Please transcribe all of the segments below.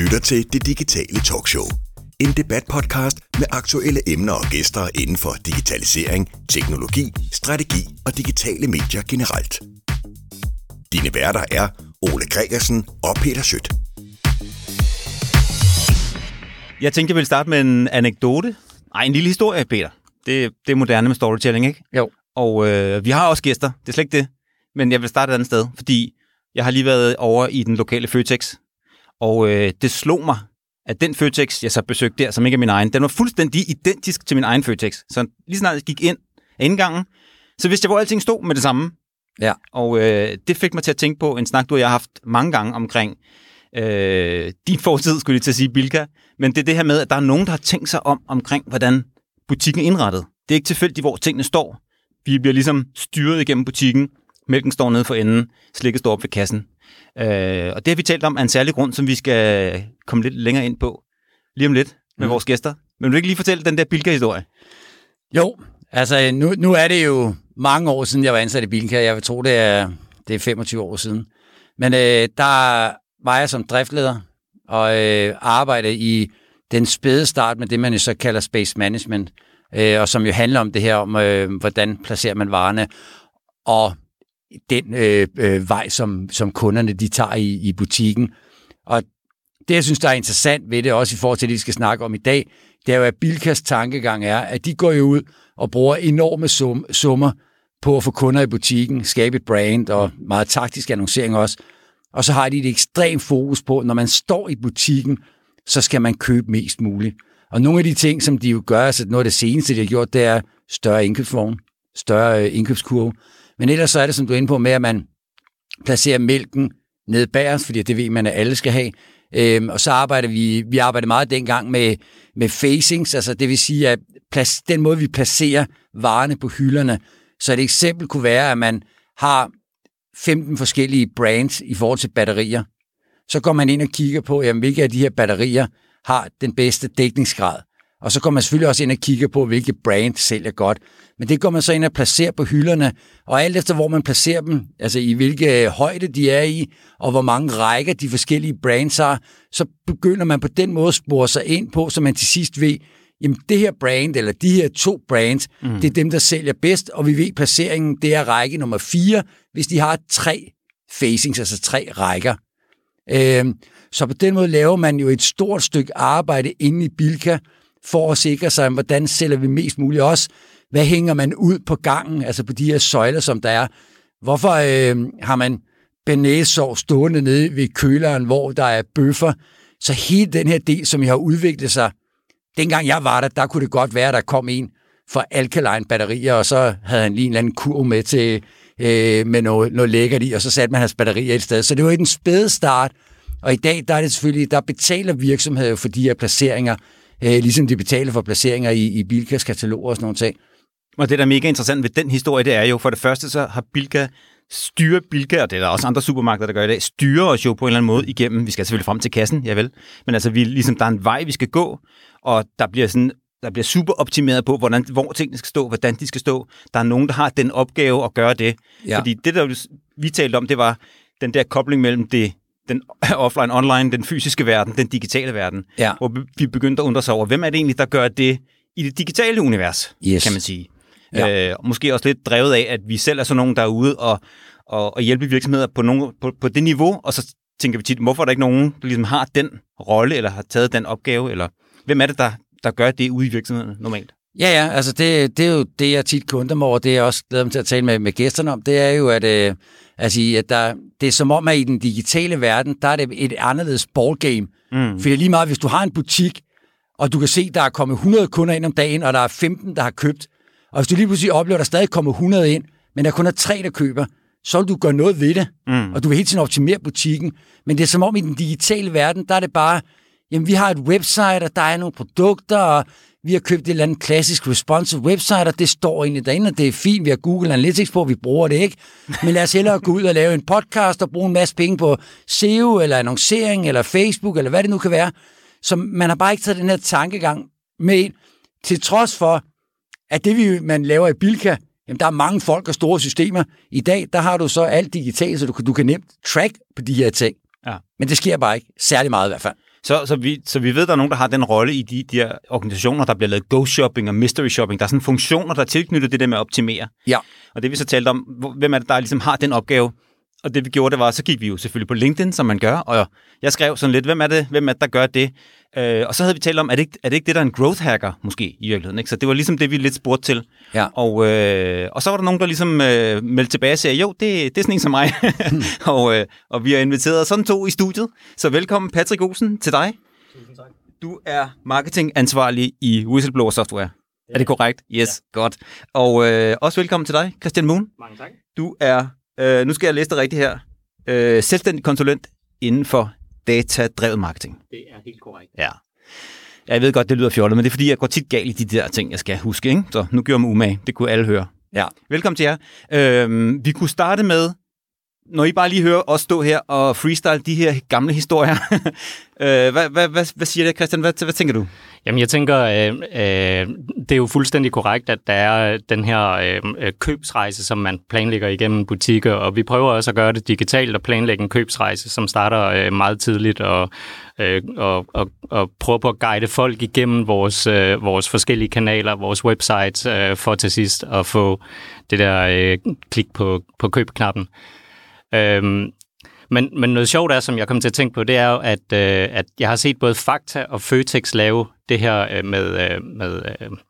lytter til Det Digitale Talkshow. En debatpodcast med aktuelle emner og gæster inden for digitalisering, teknologi, strategi og digitale medier generelt. Dine værter er Ole Gregersen og Peter Schødt. Jeg tænkte, jeg ville starte med en anekdote. En lille historie, Peter. Det er moderne med storytelling, ikke? Jo. Og vi har også gæster, det er slet ikke det. Men jeg vil starte et andet sted, fordi jeg har lige været over i den lokale Føtex. Og det slog mig, at den Føtex, jeg så besøgte der, som ikke er min egen, den var fuldstændig identisk til min egen Føtex. Så lige snart jeg gik ind af indgangen, så vidste jeg, hvor alting stod med det samme. Ja. Og det fik mig til at tænke på en snak, du og jeg har haft mange gange omkring din fortid, skulle jeg til at sige, Bilka. Men det er det her med, at der er nogen, der har tænkt sig omkring, hvordan butikken er indrettet. Det er ikke tilfældigt, hvor tingene står. Vi bliver ligesom styret igennem butikken. Mælken står nede for enden, slikket står op ved kassen. Og det har vi talt om af en særlig grund, som vi skal komme lidt længere ind på lige om lidt med vores gæster. Men vil du ikke lige fortælle den der Bilka-historie? Jo, altså nu er det jo mange år siden, jeg var ansat i Bilka. Jeg vil tro, det er 25 år siden. Men der var jeg som driftleder og arbejdede i den spæde start med det, man jo så kalder space management, og som jo handler om det her, om hvordan placerer man varerne, og den vej, som kunderne de tager i butikken. Og det, jeg synes, der er interessant ved det, også i forhold til det, vi skal snakke om i dag, det er jo, at Bilkas tankegang er, at de går jo ud og bruger enorme summer på at få kunder i butikken, skabe et brand og meget taktisk annoncering også. Og så har de et ekstremt fokus på, når man står i butikken, så skal man købe mest muligt. Og nogle af de ting, som de jo gør, altså noget af det seneste, de har gjort, det er større indkøbsvogn, større indkøbskurve. Men ellers så er det, som du er inde på, med at man placerer mælken nede bagerst, fordi det ved man, at alle skal have. Og så arbejder vi arbejder meget dengang med facings, altså det vil sige, at den måde, vi placerer varerne på hylderne. Så et eksempel kunne være, at man har 15 forskellige brands i forhold til batterier. Så går man ind og kigger på, jamen, hvilke af de her batterier har den bedste dækningsgrad. Og så går man selvfølgelig også ind og kigger på, hvilke brand sælger godt. Men det går man så ind og placerer på hylderne, og alt efter hvor man placerer dem, altså i hvilke højde de er i, og hvor mange rækker de forskellige brands har, så begynder man på den måde at spore sig ind på, så man til sidst ved, jamen det her brand, eller de her 2 brands, det er dem, der sælger bedst, og vi ved placeringen, det er række nummer 4, hvis de har 3 facings, altså 3 rækker. Så på den måde laver man jo et stort stykke arbejde inde i Bilka, for at sikre sig, hvordan sælger vi mest muligt også. Hvad hænger man ud på gangen, altså på de her søjler, som der er? Hvorfor har man bearnaisesauce stående nede ved køleren, hvor der er bøffer? Så hele den her del, som jeg har udviklet sig, dengang jeg var der kunne det godt være, at der kom en for alkaline batterier, og så havde han lige en eller anden kurv med til med noget lækkert i, og så satte man hans batterier et sted. Så det var i den spæde start, og i dag, der er det selvfølgelig, der betaler virksomheder for de her placeringer, ligesom de betaler for placeringer i Bilkas kataloger og sådan nogle ting. Og det, der er mega interessant ved den historie, det er jo, for det første, så har Bilka, og det er der også andre supermarkeder, der gør i dag, styrer os jo på en eller anden måde igennem. Vi skal selvfølgelig frem til kassen, javel. Men altså, ligesom, der er en vej, vi skal gå, og der bliver super optimeret på, hvor tingene skal stå, hvordan de skal stå. Der er nogen, der har den opgave at gøre det. Ja. Fordi det, der vi talte om, det var den der kobling mellem den offline-online, den fysiske verden, den digitale verden. Ja. Hvor vi begyndte at undre sig over, hvem er det egentlig, der gør det i det digitale univers, kan man sige. Ja. Måske også lidt drevet af, at vi selv er sådan nogen, der er ude og hjælpe virksomheder på det niveau, og så tænker vi tit, hvorfor er der ikke nogen, der ligesom har den rolle, eller har taget den opgave, eller hvem er det, der gør det ude i virksomheden normalt? Ja, altså det er jo det, jeg tit kunder mig over, det jeg også glæder mig til at tale med gæsterne om, det er jo, at det er som om, at i den digitale verden, der er det et anderledes ballgame. For det er lige meget, hvis du har en butik, og du kan se, der er kommet 100 kunder ind om dagen, og der er 15, der har købt, og hvis du lige pludselig oplever, at der stadig kommer 100 ind, men der kun er 3, der køber, så vil du gøre noget ved det, og du vil hele tiden optimere butikken. Men det er som om, i den digitale verden, der er det bare, jamen vi har et website, og der er nogle produkter, og vi har købt et eller andet klassisk responsive website, og det står egentlig derinde, og det er fint, vi har Google Analytics på, vi bruger det ikke. Men lad os hellere gå ud og lave en podcast og bruge en masse penge på SEO, eller annoncering, eller Facebook, eller hvad det nu kan være. Så man har bare ikke taget den her tankegang med ind, til trods for, at det man laver i Bilka, jamen der er mange folk og store systemer. I dag, der har du så alt digitalt, så du kan nemt track på de her ting. Ja. Men det sker bare ikke, særlig meget i hvert fald. Så vi ved, at der er nogen, der har den rolle i de her organisationer, der bliver lavet go-shopping og mystery shopping. Der er sådan funktioner, der er tilknyttet det der med at optimere. Ja. Og det vi så talte om, hvem er det, der ligesom har den opgave? Og det vi gjorde, det var, så gik vi jo selvfølgelig på LinkedIn, som man gør, og jeg skrev sådan lidt, hvem er det, der gør det? Og så havde vi talt om, er det ikke det, der er en growth hacker, måske, i virkeligheden, ikke? Så det var ligesom det, vi lidt spurgte til. Ja. Og så var der nogen, der ligesom meldte tilbage og sagde, jo, det er sådan en som mig. og vi har inviteret sådan 2 i studiet. Så velkommen, Patrick Olsen, til dig. Tusind tak. Du er marketingansvarlig i Whistleblower Software. Er det korrekt? Yes, ja. Godt. Og også velkommen til dig, Christian Moon. Mange tak. Du er, nu skal jeg læse det rigtigt her, selvstændig konsulent inden for datadrevet marketing. Det er helt korrekt. Ja. Jeg ved godt, det lyder fjollet, men det er fordi, jeg går tit galt i de der ting, jeg skal huske, ikke? Så nu gør jeg mig umage. Det kunne alle høre. Ja. Velkommen til jer. Vi kunne starte med, når I bare lige hører os stå her og freestyle de her gamle historier. Hvad siger det, Christian? Hvad tænker du? Jamen, jeg tænker, det er jo fuldstændig korrekt, at der er den her købsrejse, som man planlægger igennem butikker, og vi prøver også at gøre det digitalt og planlægge en købsrejse, som starter meget tidligt og prøver på at guide folk igennem vores forskellige kanaler, vores websites, for til sidst at få det der klik på købknappen. Men noget sjovt er, som jeg kom til at tænke på, det er jo, at jeg har set både Fakta og Føtex lave det her med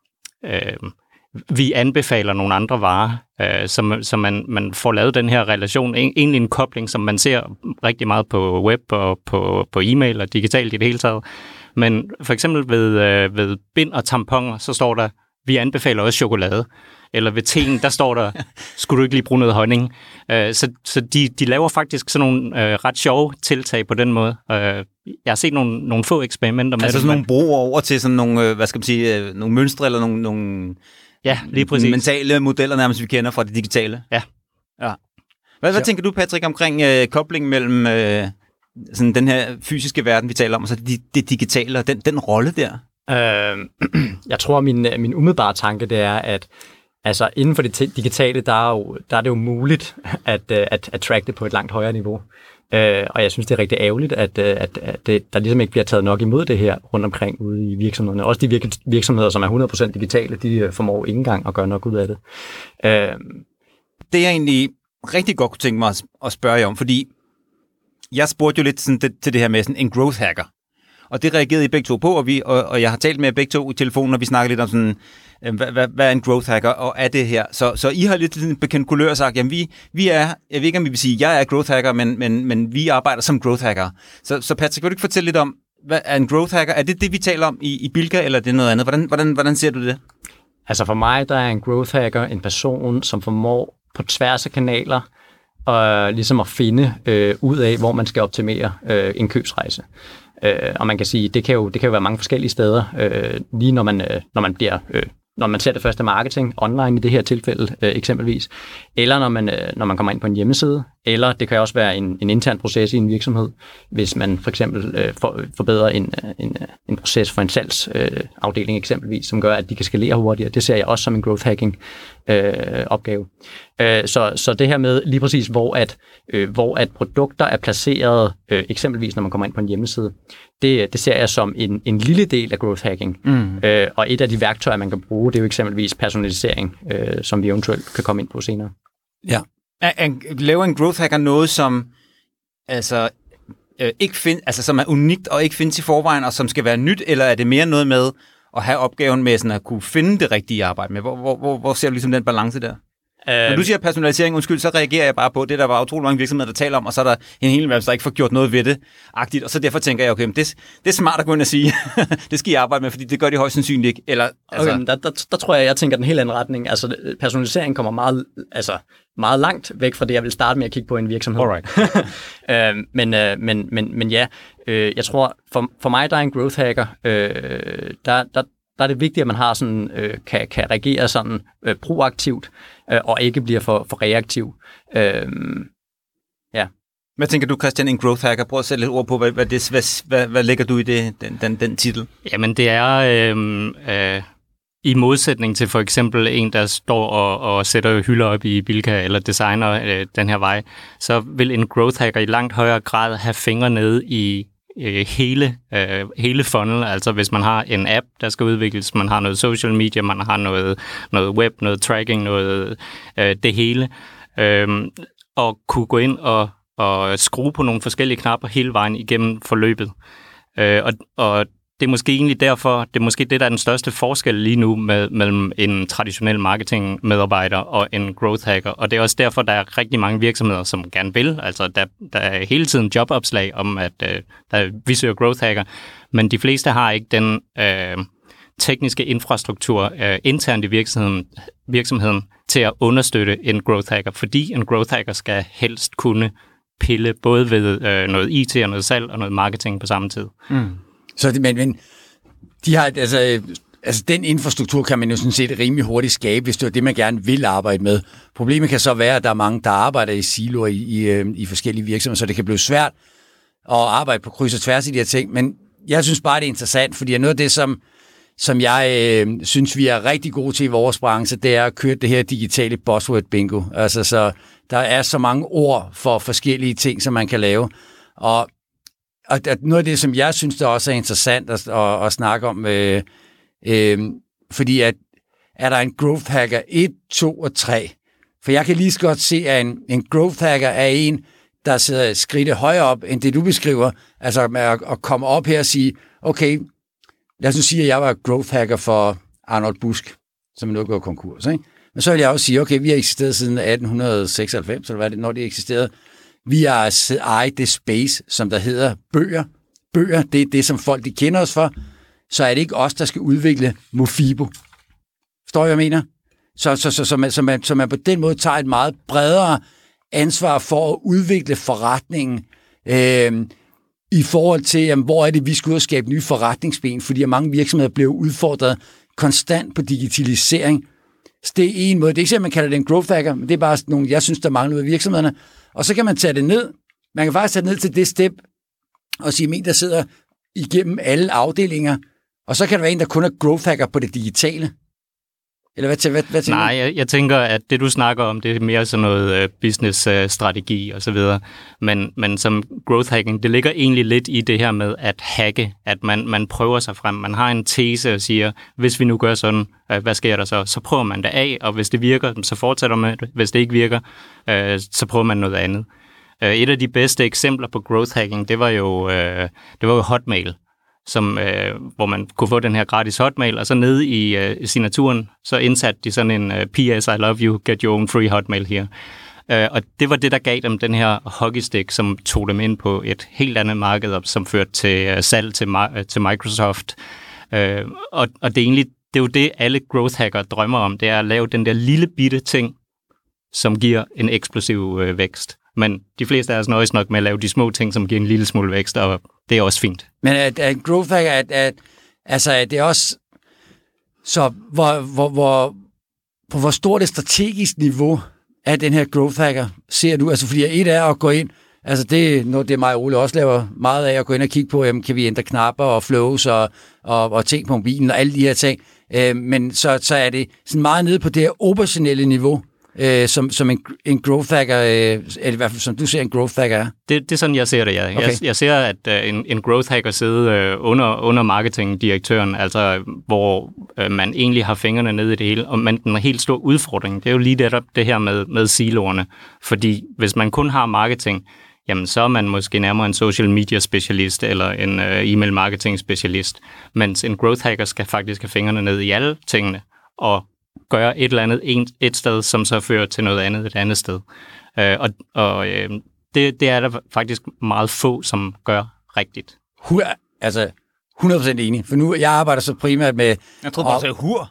vi anbefaler nogle andre varer, så man får lavet den her relation, egentlig en kobling, som man ser rigtig meget på web og på e-mail og digitalt i det hele taget. Men for eksempel ved bind og tamponer, så står der, vi anbefaler også chokolade. Eller ved teen, der står der, skulle du ikke lige bruge noget honning? Så de laver faktisk sådan nogle ret sjove tiltag på den måde. Jeg har set nogle få eksperimenter med altså sådan nogle broer over til sådan nogle, hvad skal man sige, nogle mønstre eller nogle ja, lige præcis. Mentale modeller nærmest, vi kender fra det digitale. Ja. Hvad tænker du, Patrick, omkring koblingen mellem sådan den her fysiske verden, vi taler om, og så det digitale og den rolle der? Jeg tror, min umiddelbare tanke, det er, at altså inden for det digitale, der er det jo muligt at track det på et langt højere niveau. Og jeg synes, det er rigtig ærgerligt, at der ligesom ikke bliver taget nok imod det her rundt omkring ude i virksomhederne. Også de virksomheder, som er 100% digitale, de formår ikke engang at gøre nok ud af det. Det jeg egentlig rigtig godt kunne tænke mig at spørge jer om, fordi jeg spurgte jo lidt sådan til det her med sådan en growth hacker. Og det reagerede I begge to på, og jeg har talt med begge to i telefonen, og vi snakker lidt om sådan, hvad er en growth hacker, og er det her? Så I har lidt en bekendt kulør og sagt, jamen vi er, jeg ved ikke om vi vil sige, jeg er growth hacker, men vi arbejder som growth hacker. Så Patrick, vil du ikke fortælle lidt om, hvad er en growth hacker? Er det vi taler om i Bilka, eller er det noget andet? Hvordan ser du det? Altså for mig, der er en growth hacker en person, som formår på tværs af kanaler, og ligesom at finde ud af, hvor man skal optimere en købsrejse. Og man kan sige, det kan jo være mange forskellige steder, lige når man ser det første marketing online i det her tilfælde eksempelvis, eller når man kommer ind på en hjemmeside, eller det kan også være en intern proces i en virksomhed, hvis man for eksempel forbedrer en proces for en salgsafdeling eksempelvis, som gør, at de kan skalere hurtigere. Det ser jeg også som en growth hacking opgave. Så det her med lige præcis, hvor at produkter er placeret, eksempelvis når man kommer ind på en hjemmeside, det ser jeg som en lille del af growth hacking. Og et af de værktøjer, man kan bruge, det er jo eksempelvis personalisering, som vi eventuelt kan komme ind på senere. Ja. Laver en growth hacker noget, som altså som er unikt og ikke findes i forvejen, og som skal være nyt, eller er det mere noget med at have opgaven med sådan at kunne finde det rigtige arbejde med? Hvor ser du ligesom den balance der? Når du siger personalisering, så reagerer jeg bare på det, der var utrolig mange virksomheder, der taler om, og så er der en hel masse, der ikke får gjort noget ved det, agtigt, og så derfor tænker jeg, okay, men det er smart at gå ind og sige, det skal I arbejde med, fordi det gør de højst sandsynligt ikke. Eller, altså... Okay, der tror jeg tænker den helt anden retning. Altså, personalisering kommer meget langt væk fra det, jeg vil starte med at kigge på en virksomhed. Alright. Men ja, jeg tror, for mig, der er en growth hacker, der er det vigtigt, at man har sådan, kan reagere sådan proaktivt, og ikke bliver for reaktiv. Ja. Hvad tænker du, Christian, en growth hacker? Prøv at sætte lidt ord på, hvad lægger du i det, den titel? Jamen, det er i modsætning til for eksempel en, der står og sætter hylder op i Bilka, eller designer den her vej, så vil en growth hacker i langt højere grad have fingre nede i hele funnel. Altså hvis man har en app, der skal udvikles, man har noget social media, man har noget web, noget tracking, noget det hele. Og kunne gå ind og skrue på nogle forskellige knapper hele vejen igennem forløbet. Og det er måske egentlig derfor, det er måske det, der er den største forskel lige nu mellem en traditionel marketingmedarbejder og en growth hacker. Og det er også derfor, der er rigtig mange virksomheder, som gerne vil. Altså, der er hele tiden jobopslag om, at vi søger growth hacker. Men de fleste har ikke den tekniske infrastruktur internt i virksomheden til at understøtte en growth hacker, fordi en growth hacker skal helst kunne pille både ved noget IT og noget salg og noget marketing på samme tid. Så men de har altså den infrastruktur kan man jo sådan set rimelig hurtigt skabe, hvis det er det, man gerne vil arbejde med. Problemet kan så være, at der er mange, der arbejder i siloer i forskellige virksomheder, så det kan blive svært at arbejde på kryds og tværs i de her ting. Men jeg synes bare, det er interessant, fordi noget af det, som jeg synes, vi er rigtig gode til i vores branche, det er at køre det her digitale buzzword bingo. Altså, så der er så mange ord for forskellige ting, som man kan lave. Og noget af det, som jeg synes, der også er interessant at snakke om, fordi at er der en growth hacker 1, 2 og 3? For jeg kan lige så godt se, at en growth hacker er en, der sidder skridtet højere op, end det du beskriver. Altså med at komme op her og sige, okay, lad os nu sige, at jeg var growth hacker for Arnold Busk, som nu går konkurs. Ikke? Men så vil jeg også sige, okay, vi har eksisteret siden 1896, eller hvad det, når det eksisterede. Vi har ejet det space, som der hedder bøger. Bøger, det er det, som folk de kender os for. Så er det ikke os, der skal udvikle Mofibo. Forstår I, hvad jeg mener? Så man på den måde tager et meget bredere ansvar for at udvikle forretningen i forhold til, jamen, hvor er det, vi skal ud og skabe nye forretningsben, fordi mange virksomheder bliver udfordret konstant på digitalisering. Så det er en måde. Det er ikke sådan, man kalder det en growth hacker, men det er bare nogle, jeg synes, der mangler ud af virksomhederne. Og så kan man tage det ned. Man kan faktisk tage det ned til det step og sige, at der sidder igennem alle afdelinger, og så kan der være en, der kun er growth hacker på det digitale. Eller hvad tænker du? Nej, jeg tænker, at det, du snakker om, det er mere sådan noget business-strategi og så videre. Men som growth hacking, det ligger egentlig lidt i det her med at hacke, at man prøver sig frem. Man har en tese og siger, hvis vi nu gør sådan, hvad sker der så? Så prøver man det af, og hvis det virker, så fortsætter man det. Hvis det ikke virker, så prøver man noget andet. Et af de bedste eksempler på growth hacking, det var jo Hotmail, hvor man kunne få den her gratis Hotmail, og så nede i signaturen, så indsatte de sådan en PS, I love you, get your own free Hotmail here. Og det var det, der gav dem den her hockeystick, som tog dem ind på et helt andet marked, som førte til salg til Microsoft. Og det er jo det, alle growth hacker drømmer om, det er at lave den der lille bitte ting, som giver en eksplosiv vækst. Men de fleste af os nøjes nok med at lave de små ting, som giver en lille smule vækst, og det er også fint. Men at growth hacker, at det er også så på hvor stort et strategisk niveau af den her growth hacker ser du? Altså fordi et er at gå ind, altså det mig og Ole også laver meget af, at gå ind og kigge på, jamen, kan vi ændre knapper og flows og ting på mobilen og alle de her ting. Men så er det sådan meget nede på det her operationelle niveau, som en growth hacker, eller i hvert fald som du ser en growth hacker er. Det er sådan, jeg ser det, ja. Okay. Jeg ser, at en growth hacker sidder under marketingdirektøren, altså hvor man egentlig har fingrene nede i det hele, men den helt store udfordring, det er jo lige det her med siloerne. Fordi hvis man kun har marketing, jamen så er man måske nærmere en social media specialist eller en e-mail marketing specialist, mens en growth hacker skal faktisk have fingrene nede i alle tingene, og gøre et eller andet et sted, som så fører til noget andet et andet sted. Det er der faktisk meget få, som gør rigtigt. Altså 100% enig, for nu jeg arbejder så primært med... Jeg tror bare, det er hur.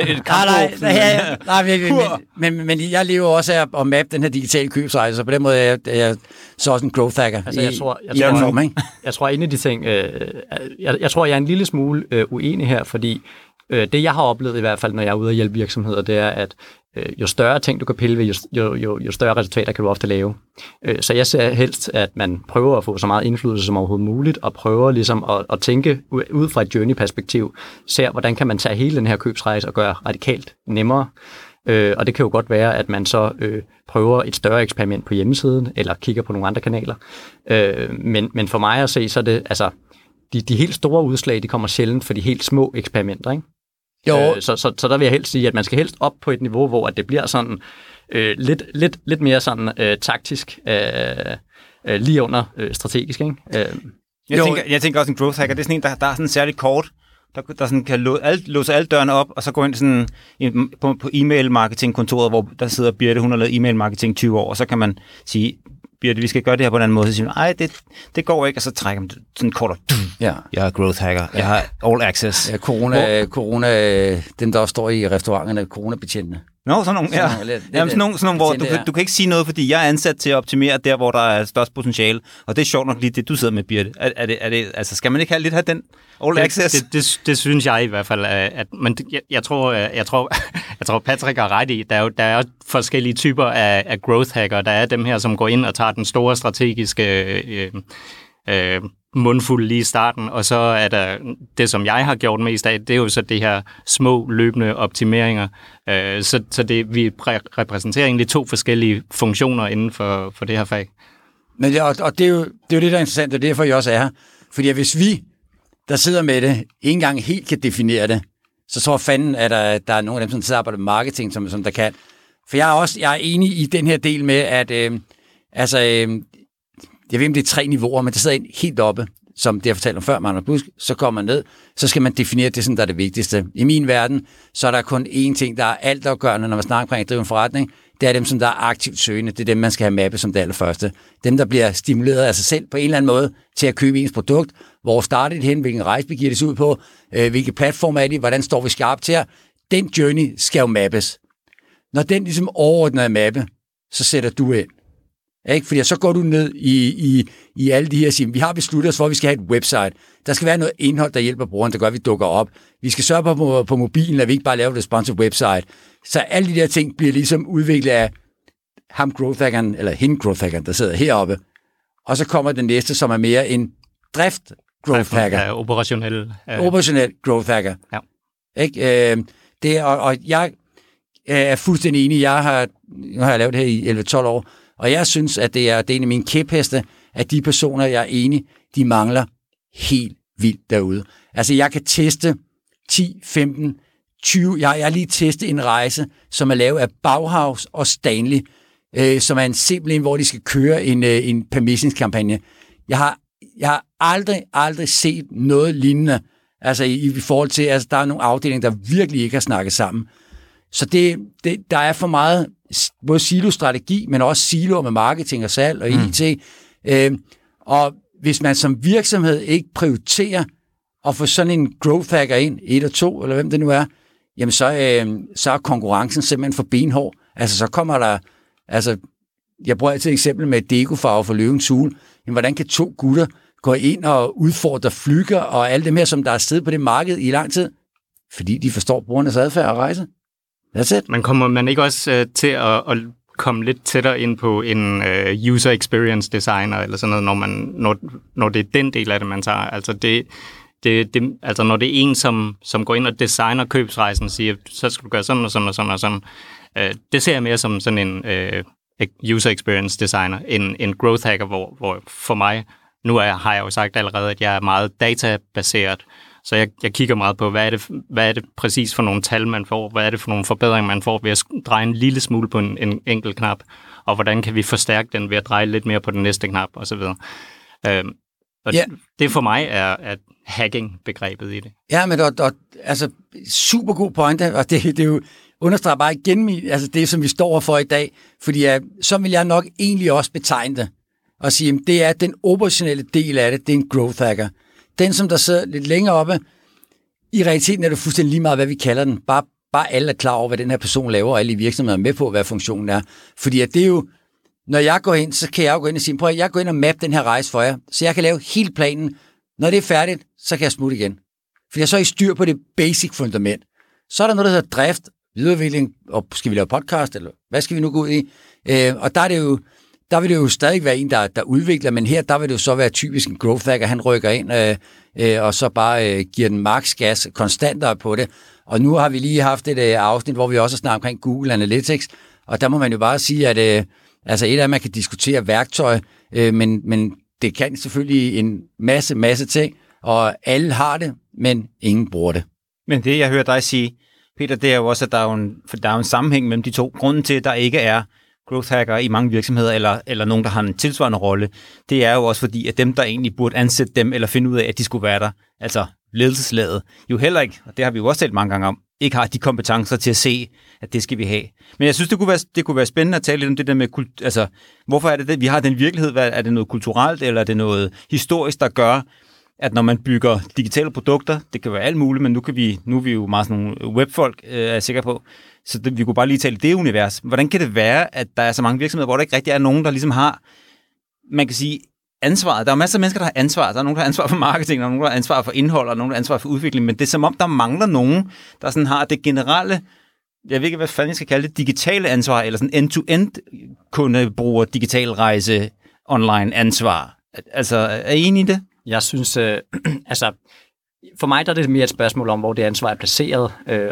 Men jeg lever også af at mappe den her digitale købsrejse, så på den måde er jeg så også en growth hacker. Altså, jeg tror en af de ting... Jeg tror, jeg er en lille smule uenig her, fordi det, jeg har oplevet i hvert fald, når jeg er ude og hjælpe virksomheder, det er, at jo større ting, du kan pille ved, jo større resultater kan du ofte lave. Så jeg ser helst, at man prøver at få så meget indflydelse som overhovedet muligt, og prøver ligesom at tænke ud fra et journey-perspektiv, ser, hvordan kan man tage hele den her købsrejse og gøre radikalt nemmere. Og det kan jo godt være, at man så prøver et større eksperiment på hjemmesiden, eller kigger på nogle andre kanaler. Men for mig at se, så er det, altså, de helt store udslag, de kommer sjældent for de helt små eksperimenter, ikke? Jo. Så der vil jeg helst sige, at man skal helst op på et niveau, hvor at det bliver sådan lidt mere sådan taktisk, lige under strategisk, ikke? Jeg tænker også en growth hacker, det er sådan en, der er sådan en særlig kort, der sådan kan låse alle dørene op, og så gå ind sådan på e-mail-marketing-kontoret, hvor der sidder Birte, hun har lavet e-mail-marketing 20 år, og så kan man sige, Birte, vi skal gøre det her på en anden måde. Så siger man, ej, det går ikke, og så trækker man sådan kort og jeg er growth hacker, jeg har all access. Ja, corona, dem der også står i restauranterne, coronabetjentene. Nå, sådan nogle, ja. Sådan nogle, hvor du kan ikke sige noget, fordi jeg er ansat til at optimere der, hvor der er størst potentiale, og det er sjovt nok lige det, du sidder med, Birte. Er det, altså, skal man ikke have den all access? Det synes jeg i hvert fald, men jeg tror Patrick har ret i, der er forskellige typer af growth hacker. Der er dem her, som går ind og tager den store strategiske mundfuld lige i starten, og så er der det, som jeg har gjort mest af, det er jo så det her små løbende optimeringer. Så vi repræsenterer egentlig 2 forskellige funktioner inden for det her fag. Men det er jo det, der er interessant, og derfor jeg også er her. Fordi hvis vi, der sidder med det, ikke engang helt kan definere det, så tror jeg fanden, at der er nogle af dem, som sidder arbejder med marketing, som der kan. For jeg er enig i den her del med, at jeg ved ikke, om det er 3 niveauer, men der sidder en helt oppe, som det jeg fortalte om før, Magnus Busk, så kommer man ned, så skal man definere det, som der er det vigtigste. I min verden, så er der kun én ting, der er altafgørende, når man snakker omkring at drive en forretning, det er dem, som der er aktivt søgende, det er dem, man skal have mappet som det allerførste. Dem, der bliver stimuleret af sig selv på en eller anden måde til at købe ens produkt, hvor starter det hen, hvilken rejse begiver det sig ud på, hvilke platform er det, hvordan står vi skarpt her. Den journey skal jo mappes. Når den ligesom overordnet er mappe, så sætter du ind. Ikke? Fordi så går du ned i alle de her siger, vi har besluttet os for, at vi skal have et website. Der skal være noget indhold, der hjælper brugeren, der gør, at vi dukker op. Vi skal sørge på mobilen, at vi ikke bare laver et responsive website. Så alle de der ting bliver ligesom udviklet af ham growth hackeren, eller hende growth hackeren, der sidder heroppe. Og så kommer den næste, som er mere en drift growth hacker. Ja, operationel growth hacker. Ja. Ikke? Og jeg er fuldstændig enig. Nu har jeg lavet det her i 11-12 år, og jeg synes, at det er en af mine kæpheste, at de personer, jeg er enig, de mangler helt vildt derude. Altså, jeg kan teste 10, 15, 20... Jeg har lige testet en rejse, som er lavet af Bauhaus og Stanley, som er en simpelthen, hvor de skal køre en permissionskampagne. Jeg har aldrig set noget lignende, altså i forhold til, altså der er nogle afdelinger, der virkelig ikke har snakket sammen. Så der er for meget både silo-strategi, men også siloer med marketing og salg og IT. Og hvis man som virksomhed ikke prioriterer at få sådan en growth hacker ind, 1 og 2, eller hvem det nu er, jamen så er konkurrencen simpelthen for benhård. Altså så kommer der, altså jeg bruger altid et eksempel med dekofarve for Løvens Hule. Jamen hvordan kan 2 gutter gå ind og udfordre Flügger og alle dem her, som der er stedet på det marked i lang tid? Fordi de forstår brugernes adfærd og rejse. That's it. Men kommer man ikke også til at komme lidt tættere ind på en user experience designer, eller sådan noget, når det er den del af det, man tager? Altså altså når det er en, som går ind og designer købsrejsen og siger, så skal du gøre sådan og sådan og sådan og sådan. Det ser jeg mere som sådan en user experience designer, en growth hacker, hvor for mig, har jeg jo sagt allerede, at jeg er meget databaseret. Så jeg kigger meget på, hvad er det præcis for nogle tal, man får? Hvad er det for nogle forbedringer, man får ved at dreje en lille smule på en enkelt knap? Og hvordan kan vi forstærke den ved at dreje lidt mere på den næste knap, osv.? Det for mig er hacking-begrebet i det. Ja, men altså super god pointe, og det er jo understreger bare igen altså det, som vi står for i dag, fordi så vil jeg nok egentlig også betegne det, og sige, at det er den operationelle del af det, det er en growth hacker. Den, som der sidder lidt længere oppe, i realiteten er det fuldstændig lige meget, hvad vi kalder den. Bare alle er klar over, hvad den her person laver, og alle i virksomheden er med på, hvad funktionen er. Fordi at det er jo, når jeg går ind, så kan jeg jo gå ind og sige, prøv at jeg går ind og mappe den her rejse for jer, så jeg kan lave hele planen. Når det er færdigt, så kan jeg smutte igen. Fordi jeg så er i styr på det basic fundament. Så er der noget, der hedder drift, videreudvikling, og skal vi lave podcast, eller hvad skal vi nu gå ud i? Og der er det jo, der vil det jo stadig være en, der udvikler, men her, der vil det jo så være typisk en growth hacker, han rykker ind og så bare giver den max gas konstantere på det. Og nu har vi lige haft et afsnit, hvor vi også har snakket omkring Google Analytics, og der må man jo bare sige, at altså et af at man kan diskutere værktøj, men det kan selvfølgelig en masse ting, og alle har det, men ingen bruger det. Men det, jeg hører dig sige, Peter, det er jo også, at der er jo en sammenhæng mellem de to. Grunden til, at der ikke er growth hacker i mange virksomheder, eller nogen, der har en tilsvarende rolle, det er jo også fordi, at dem, der egentlig burde ansætte dem, eller finde ud af, at de skulle være der, altså ledelseslaget, jo heller ikke, og det har vi jo også talt mange gange om, ikke har de kompetencer til at se, at det skal vi have. Men jeg synes, det kunne være spændende at tale lidt om det der med, altså, hvorfor er det, vi har den virkelighed? Er det noget kulturelt, eller er det noget historisk, der gør, at når man bygger digitale produkter, det kan være alt muligt, men nu er vi jo meget sådan nogle webfolk, er jeg sikker på, så vi kunne bare lige tale det univers. Hvordan kan det være, at der er så mange virksomheder, hvor der ikke rigtig er nogen, der ligesom har, man kan sige, ansvaret? Der er masser af mennesker, der har ansvar. Der er nogen, der har ansvar for marketing, der er nogen, der har ansvar for indhold, og nogen, der har ansvar for udvikling, men det er som om, der mangler nogen, der sådan har det generelle, jeg ved ikke, hvad fanden jeg skal kalde det, digitale ansvar, eller sådan end-to-end kundebruger digital rejse online ansvar. Altså, er I enige i det? Jeg synes, altså, for mig der er det mere et spørgsmål om, hvor det ansvar er placeret,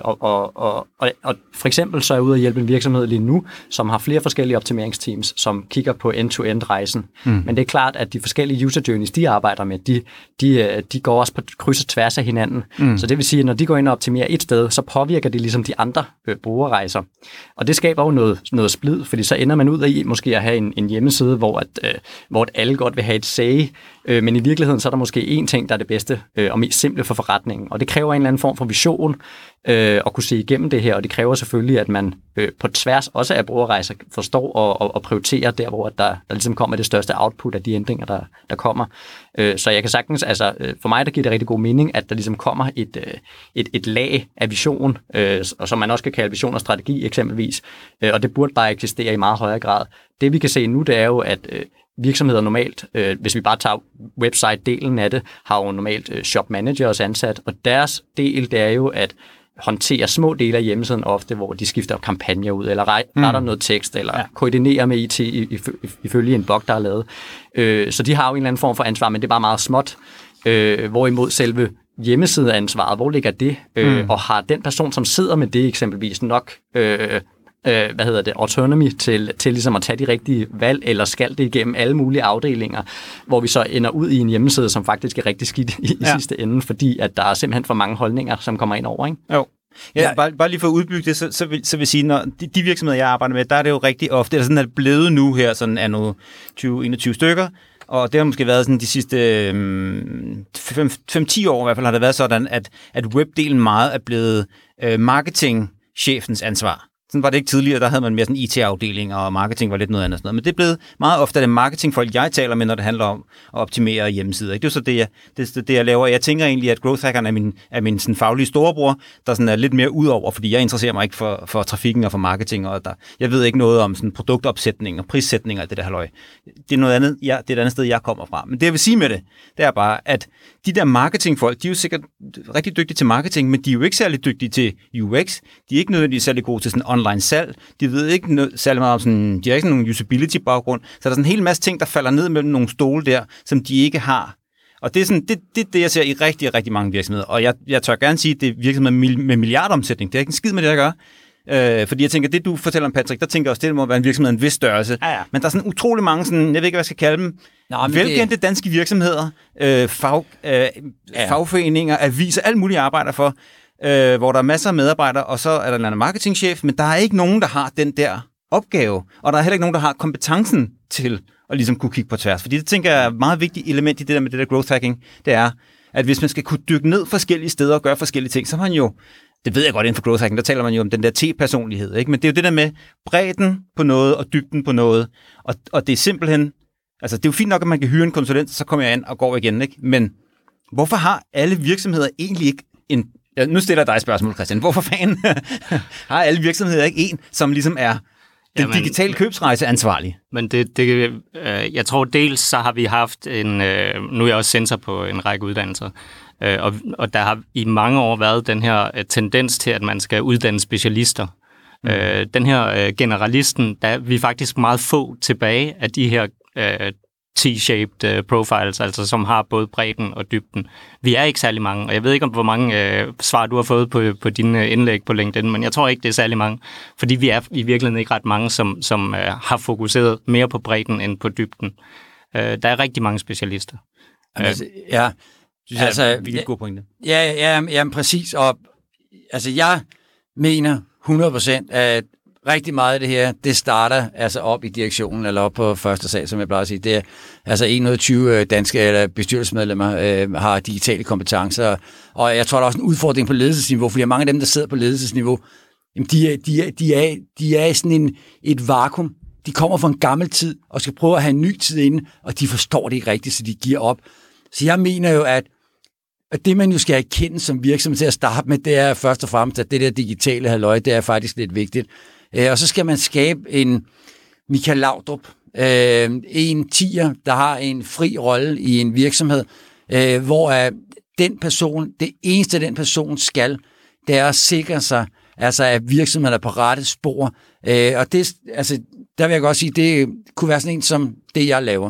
og for eksempel så er jeg ude at hjælpe en virksomhed lige nu, som har flere forskellige optimeringsteams, som kigger på end-to-end-rejsen. Men det er klart, at de forskellige user journeys, de arbejder med, de går også på kryds og tværs af hinanden. Så det vil sige, at når de går ind og optimerer et sted, så påvirker det ligesom de andre brugerrejser. Og det skaber jo noget splid, fordi så ender man ud af måske at have en hjemmeside, hvor alle godt vil have et say, men i virkeligheden så er der måske én ting, der er det bedste og mest simple for forretningen. Og det kræver en eller anden form for vision at kunne se igennem det her, og det kræver selvfølgelig, at man på tværs også af brugerrejser forstår og prioriterer der, hvor der ligesom kommer det største output af de ændringer, der kommer. Så jeg kan sagtens, altså for mig, der giver det rigtig god mening, at der ligesom kommer et lag af vision, og som man også kan kalde vision og strategi eksempelvis, og det burde bare eksistere i meget højere grad. Det vi kan se nu, det er jo, at virksomheder normalt, hvis vi bare tager website-delen af det, har jo normalt shop managers ansat, og deres del, det er jo at håndtere små dele af hjemmesiden ofte, hvor de skifter kampagner ud, eller retter noget tekst, eller koordinerer med IT ifølge en blog, der er lavet. Så de har jo en eller anden form for ansvar, men det er bare meget småt. Hvorimod selve hjemmesideansvaret, hvor ligger det? Og har den person, som sidder med det eksempelvis nok autonomy til ligesom at tage de rigtige valg, eller skal det igennem alle mulige afdelinger, hvor vi så ender ud i en hjemmeside, som faktisk er rigtig skidt i sidste ende, fordi at der er simpelthen for mange holdninger, som kommer ind over, ikke? Jo. Ja, bare lige for at udbygge det, så vil sige, når de virksomheder, jeg arbejder med, der er det jo rigtig ofte, eller sådan er det blevet nu her, sådan er nu 20-21 stykker, og det har måske været sådan de sidste 5-10 år i hvert fald, har det været sådan, at webdelen meget er blevet marketingchefens ansvar. Sådan var det ikke tidligere, der havde man mere sådan IT-afdeling, og marketing var lidt noget andet. Men det er blevet meget ofte det marketingfolk, jeg taler med, når det handler om at optimere hjemmesider. Det er jo så det, jeg laver. Jeg tænker egentlig, at growth hackeren er min sådan faglige storebror, der sådan er lidt mere udover, fordi jeg interesserer mig ikke for trafikken og for marketing, og jeg ved ikke noget om sådan produktopsætning og prissætning og det der halløj. Det er noget andet, det er et andet sted, jeg kommer fra. Men det, jeg vil sige med det er bare, at de der marketingfolk, de er jo sikkert rigtig dygtige til marketing, men de er jo ikke særlig dygtige til UX. De er ikke nødvendigvis særlig gode til sådan online salg. De ved ikke særlig meget om sådan, de har ikke sådan nogen usability-baggrund. Så der er sådan en hel masse ting, der falder ned mellem nogle stole der, som de ikke har. Og det er sådan, det jeg ser i rigtig, rigtig mange virksomheder. Og jeg tør gerne sige, at det er virksomheder med milliardomsætning. Det er ikke en skid med det, jeg gør. Fordi jeg tænker, det du fortæller om, Patrick, der tænker jeg også, det må være en virksomhed af en vis størrelse. Ja. Men der er sådan utrolig mange, sådan, jeg ved ikke, hvad jeg skal kalde dem, velkendte danske virksomheder, fagforeninger, aviser, alt muligt arbejder for, hvor der er masser af medarbejdere, og så er der en anden marketingchef, men der er ikke nogen, der har den der opgave, og der er heller ikke nogen, der har kompetencen til at ligesom kunne kigge på tværs. Fordi det tænker jeg er et meget vigtigt element i det der med det der growth hacking, det er, at hvis man skal kunne dykke ned forskellige steder og gøre forskellige ting, så har man jo, det ved jeg godt inden for growth hacking, der taler man jo om den der T-personlighed, ikke? Men det er jo det der med bredden på noget og dybden på noget, og det er simpelthen, altså det er jo fint nok, at man kan hyre en konsulent, så kommer jeg ind og går igen, ikke? Men hvorfor har alle virksomheder egentlig ikke nu stiller jeg dig et spørgsmål, Christian. Hvorfor fanden har alle virksomheder ikke en, som ligesom er den digitale købsrejse ansvarlig? Men jeg tror dels, så har vi haft nu er jeg også censor på en række uddannelser, og der har i mange år været den her tendens til, at man skal uddanne specialister. Den her generalisten, der er vi faktisk meget få tilbage af de her T-shaped profiles, altså som har både bredden og dybden. Vi er ikke særlig mange, og jeg ved ikke, hvor mange svar du har fået på dine indlæg på LinkedIn, men jeg tror ikke, det er særlig mange, fordi vi er i virkeligheden ikke ret mange, som har fokuseret mere på bredden end på dybden. Der er rigtig mange specialister. Ja, synes jeg er virkelig god pointe. Ja, præcis. Og altså, jeg mener 100%, at rigtig meget af det her, det starter altså op i direktionen, eller op på første sal, som jeg plejer at sige. Det er altså 120 danske eller bestyrelsesmedlemmer har digitale kompetencer, og jeg tror, der er også en udfordring på ledelsesniveau, fordi mange af dem, der sidder på ledelsesniveau, de er i sådan et vakuum. De kommer fra en gammel tid, og skal prøve at have en ny tid inde, og de forstår det ikke rigtigt, så de giver op. Så jeg mener jo, at det, man jo skal erkende som virksomhed til at starte med, det er først og fremmest, at det der digitale halløj, det er faktisk lidt vigtigt. Og så skal man skabe en Michael Laudrup, en tier, der har en fri rolle i en virksomhed, hvor den person, det eneste, den person skal, det er at sikre sig, altså at virksomheden er på rette spor. Og det, altså, der vil jeg godt sige, det kunne være sådan en som det, jeg laver.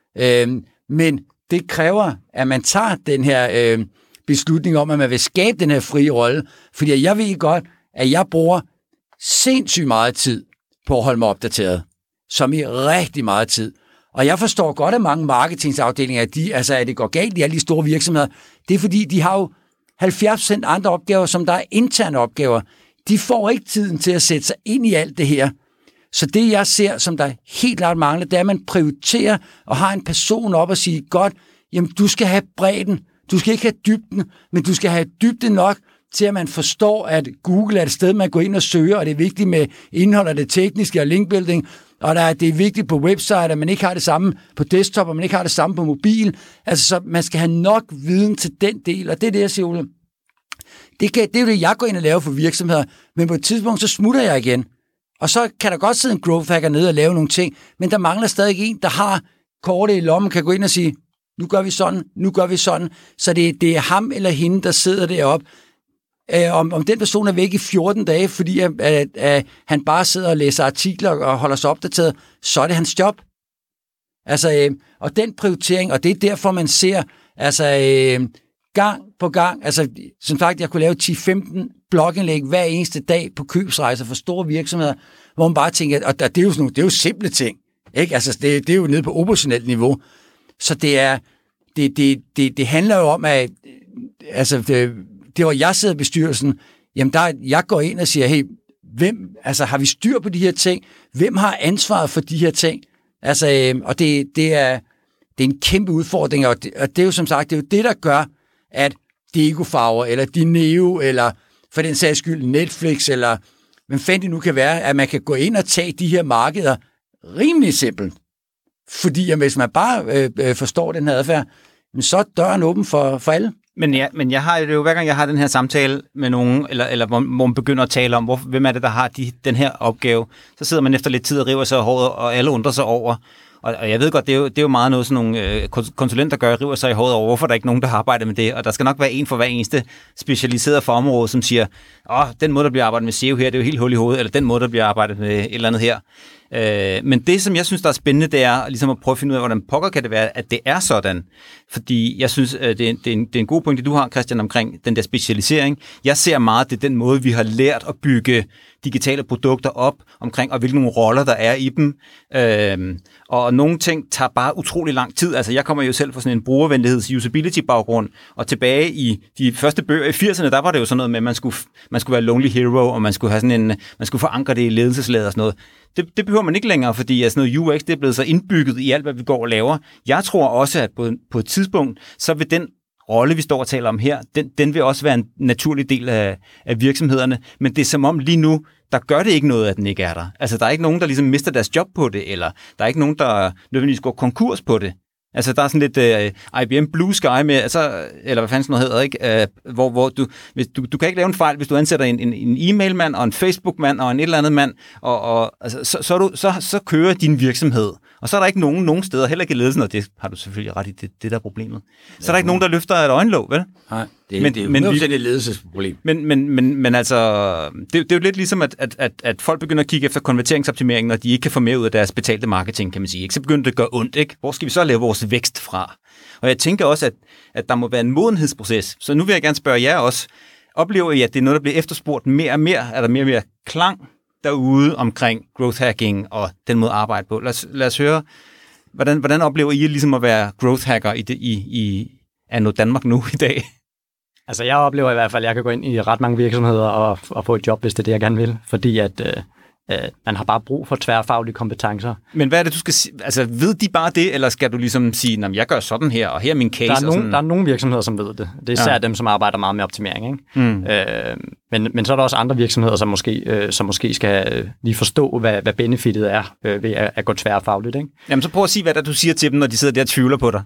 Men det kræver, at man tager den her beslutning om, at man vil skabe den her frie rolle. Fordi jeg ved godt, at jeg bruger sindssygt meget tid på at holde mig opdateret. Som i rigtig meget tid. Og jeg forstår godt, at mange marketingsafdelinger, at det går galt i alle de store virksomheder. Det er fordi, de har jo 70% andre opgaver, som der er interne opgaver. De får ikke tiden til at sætte sig ind i alt det her. Så det, jeg ser, som der helt klart mangler, det er, at man prioriterer og har en person op og siger, godt, jamen du skal have bredden, du skal ikke have dybden, men du skal have dybden nok til, at man forstår, at Google er et sted, man går ind og søger, og det er vigtigt med indhold og det tekniske og linkbuilding, og det er vigtigt på website, at man ikke har det samme på desktop, og man ikke har det samme på mobil. Altså, så man skal have nok viden til den del, og det er det, jeg siger, Ole. Det er jo det, jeg går ind og laver for virksomheder, men på et tidspunkt, så smutter jeg igen. Og så kan der godt sidde en growth hacker nede og lave nogle ting, men der mangler stadig en, der har kortet i lommen, kan gå ind og sige, nu gør vi sådan, nu gør vi sådan. Så det er ham eller hende, der sidder deroppe. Om den person er væk i 14 dage, fordi at han bare sidder og læser artikler og holder sig opdateret, så er det hans job. Altså, og den prioritering, og det er derfor, man ser, altså, gang på gang, altså, som sagt, jeg kunne lave 10-15 blogindlæg hver eneste dag på købsrejser for store virksomheder, hvor man bare tænker, og det er jo simple ting, ikke? Altså, det er jo nede på operationelt niveau. Så det handler jo om, at altså, det hvor jeg sidder i bestyrelsen, jamen jeg går ind og siger, hey, har vi styr på de her ting? Hvem har ansvaret for de her ting? Altså, og det er en kæmpe udfordring, og det er jo som sagt, det er jo det, der gør, at Degofarver, eller Dineo, eller for den sags skyld Netflix, eller hvem fanden det nu kan være, at man kan gå ind og tage de her markeder rimelig simpelt. Fordi hvis man bare forstår den her adfærd, så er døren åben for alle. Men jeg har det jo, hver gang jeg har den her samtale med nogen, eller hvor man begynder at tale om, hvem er det, der har den her opgave, så sidder man efter lidt tid og river sig i håret, og alle undrer sig over. Og jeg ved godt, det er jo meget noget, sådan nogle konsulenter gør, river sig i håret over, hvorfor der ikke nogen, der har arbejdet med det. Og der skal nok være en for hver eneste specialiseret for område, som siger, den måde, der bliver arbejdet med SEO her, det er jo helt hul i hovedet, eller den måde, der bliver arbejdet med et eller andet her. Men det, som jeg synes, der er spændende, det er ligesom at prøve at finde ud af, hvordan pokker kan det være, at det er sådan. Fordi jeg synes, det er en god pointe, du har, Christian, omkring den der specialisering. Jeg ser meget, det er den måde, vi har lært at bygge digitale produkter op omkring, og hvilke nogle roller, der er i dem. Og nogle ting tager bare utrolig lang tid. Altså, jeg kommer jo selv fra sådan en brugervenligheds-usability-baggrund, og tilbage i de første bøger i 80'erne, der var det jo sådan noget med, at man skulle være lonely hero, og man skulle have sådan man skulle forankre det i ledelseslaget og sådan noget. Det behøver man ikke længere, fordi sådan noget UX, det er blevet så indbygget i alt, hvad vi går og laver. Jeg tror også, at på et tidspunkt, så vil den rolle, vi står og taler om her, den vil også være en naturlig del af virksomhederne, men det er som om lige nu, der gør det ikke noget, at den ikke er der. Altså, der er ikke nogen, der ligesom mister deres job på det, eller der er ikke nogen, der nødvendigvis går konkurs på det. Altså, der er sådan lidt IBM Blue Sky med, altså, eller hvad fanden sådan noget hedder, ikke? Hvor du kan ikke lave en fejl, hvis du ansætter en e-mailmand, og en Facebook-mand, og en et eller andet mand, og altså, så kører din virksomhed. Og så er der ikke nogen steder, heller ikke i ledelsen, og det har du selvfølgelig ret i, det der er problemet. Så er der ikke nogen, der løfter et øjenlåg, vel? Nej, det er 100% et ledelsesproblem. Men altså, det er jo lidt ligesom, at folk begynder at kigge efter konverteringsoptimering, når de ikke kan få mere ud af deres betalte marketing, kan man sige. Ikke? Så begynder det at gøre ondt, ikke? Hvor skal vi så lave vores vækst fra? Og jeg tænker også, at der må være en modenhedsproces. Så nu vil jeg gerne spørge jer også, oplever I, at det er noget, der bliver efterspurgt mere og mere? Er der mere og mere klang derude omkring growth hacking og den måde at arbejde på? Lad os høre, hvordan oplever I ligesom at være growth hacker i Anno Danmark nu i dag? Altså jeg oplever i hvert fald, at jeg kan gå ind i ret mange virksomheder og få et job, hvis det er det, jeg gerne vil. Fordi at man har bare brug for tværfaglige kompetencer. Men hvad er det, du skal sige? Altså ved de bare det, eller skal du ligesom sige, jeg gør sådan her, og her er min case? Der er nogle virksomheder, som ved det. Det er især dem, som arbejder meget med optimering. Ikke? Men så er der også andre virksomheder, som måske skal lige forstå, hvad benefittet er ved at gå tværfagligt. Ikke? Jamen så prøv at sige, hvad der du siger til dem, når de sidder der og tvivler på dig.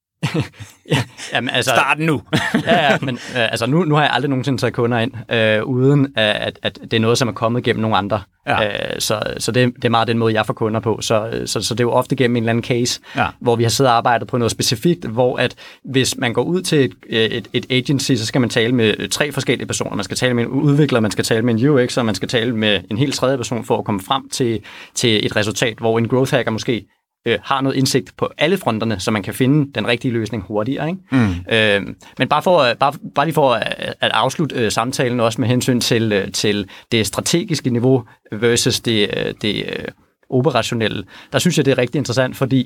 Jamen, altså, start nu. Men altså, nu har jeg aldrig nogensinde taget kunder ind, uden at det er noget, som er kommet gennem nogle andre. Ja. Så det er meget den måde, jeg får kunder på. Så det er jo ofte gennem en eller anden case, hvor vi har siddet og arbejdet på noget specifikt, hvor at hvis man går ud til et agency, så skal man tale med 3 forskellige personer. Man skal tale med en udvikler, man skal tale med en UX, og man skal tale med en helt tredje person for at komme frem til et resultat, hvor en growth hacker måske har noget indsigt på alle fronterne, så man kan finde den rigtige løsning hurtigere. Ikke? Men bare lige for at afslutte samtalen også med hensyn til det strategiske niveau versus det operationelle, der synes jeg, det er rigtig interessant, fordi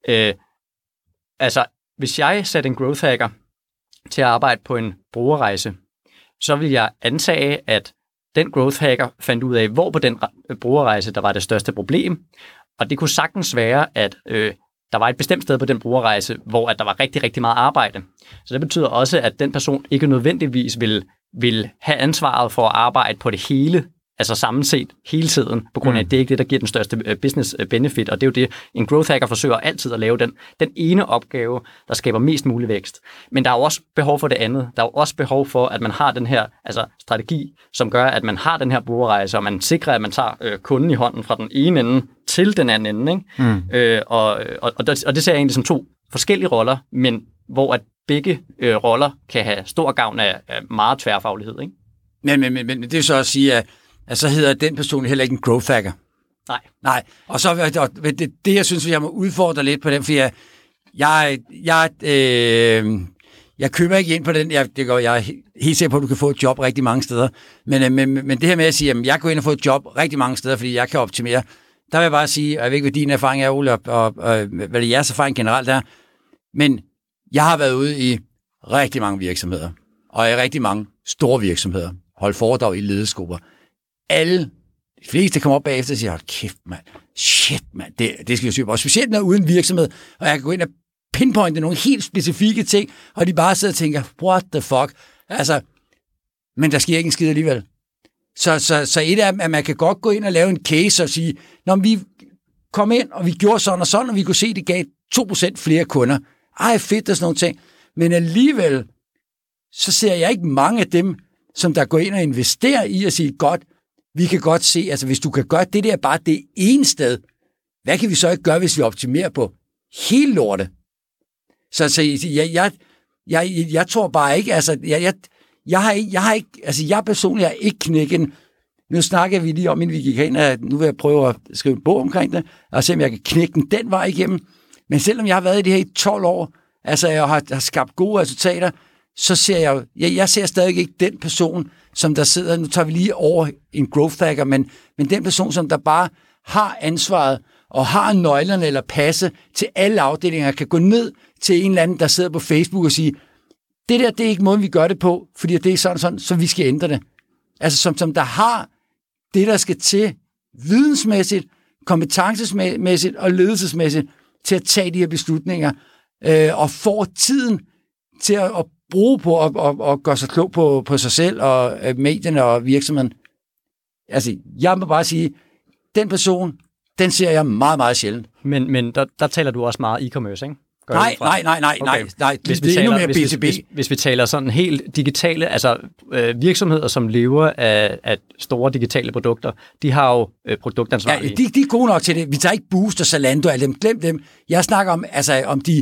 altså, hvis jeg satte en growth hacker til at arbejde på en brugerrejse, så vil jeg antage, at den growth hacker fandt ud af, hvor på den brugerrejse, der var det største problem. Og det kunne sagtens være, at der var et bestemt sted på den brugerrejse, hvor at der var rigtig, rigtig meget arbejde. Så det betyder også, at den person ikke nødvendigvis vil have ansvaret for at arbejde på det hele, altså sammenset hele tiden, på grund af, at det ikke er det, der giver den største business benefit. Og det er jo det, en growth hacker forsøger altid at lave den ene opgave, der skaber mest mulig vækst. Men der er jo også behov for det andet. Der er jo også behov for, at man har den her strategi, som gør, at man har den her brugerrejse, og man sikrer, at man tager kunden i hånden fra den ene ende til den anden ende. Ikke? Og det ser jeg egentlig som 2 forskellige roller, men hvor at begge roller kan have stor gavn af meget tværfaglighed. Ikke? Men det er så at sige, at så hedder den person heller ikke en growth hacker. Nej. Og så det jeg synes, jeg må udfordre lidt på den, for jeg køber ikke ind på den. Jeg er helt sikker på, at du kan få et job rigtig mange steder. Men det her med at sige, at jeg går ind og får et job rigtig mange steder, fordi jeg kan optimere, der vil jeg bare sige, og jeg ved ikke, hvad din erfaring er, Ole, og hvad det jeres erfaring generelt er, men jeg har været ude i rigtig mange virksomheder, og i rigtig mange store virksomheder, holdt foredrag i ledelsesgrupper. De fleste kommer op bagefter og siger, hold kæft, mand. Shit, mand. Det skal jeg sige. Og specielt når uden virksomhed, og jeg kan gå ind og pinpointe nogle helt specifikke ting, og de bare sidder og tænker, what the fuck? Altså, men der sker ikke en skid alligevel. Så et af, at man kan godt gå ind og lave en case og sige, når vi kom ind, og vi gjorde sådan og sådan, og vi kunne se, at det gav 2% flere kunder. Ej, fedt og sådan nogle ting. Men alligevel, så ser jeg ikke mange af dem, som der går ind og investerer i at sige, godt, vi kan godt se, altså hvis du kan gøre det der bare det ene sted, hvad kan vi så ikke gøre, hvis vi optimerer på hele lortet? Så jeg tror bare ikke, altså jeg personligt har ikke knækket. Nu snakker vi lige om, inden vi gik hen, at nu vil jeg prøve at skrive en bog omkring det, og se om jeg kan knække den vej igennem. Men selvom jeg har været i det her i 12 år, altså jeg har skabt gode resultater, så ser jeg ser stadig ikke den person, som der sidder, nu tager vi lige over en growth hacker, men den person, som der bare har ansvaret, og har nøglerne eller passe til alle afdelinger, kan gå ned til en eller anden, der sidder på Facebook og sige, det der, det er ikke måden, vi gør det på, fordi det er sådan, så vi skal ændre det. Altså som der har det, der skal til, vidensmæssigt, kompetencemæssigt og ledelsesmæssigt, til at tage de her beslutninger, og får tiden til at bruge på at gøre sig klog på sig selv og medierne og virksomheden. Altså, jeg må bare sige, den person, den ser jeg meget, meget sjældent. Men der taler du også meget e-commerce, ikke? Nej. Det er endnu mere B2B. Hvis vi taler sådan helt digitale, altså virksomheder, som lever af store digitale produkter, de har jo produktansvarlige. Ja, de er gode nok til det. Vi tager ikke Boost og Zalando og dem. Glem dem. Jeg snakker om de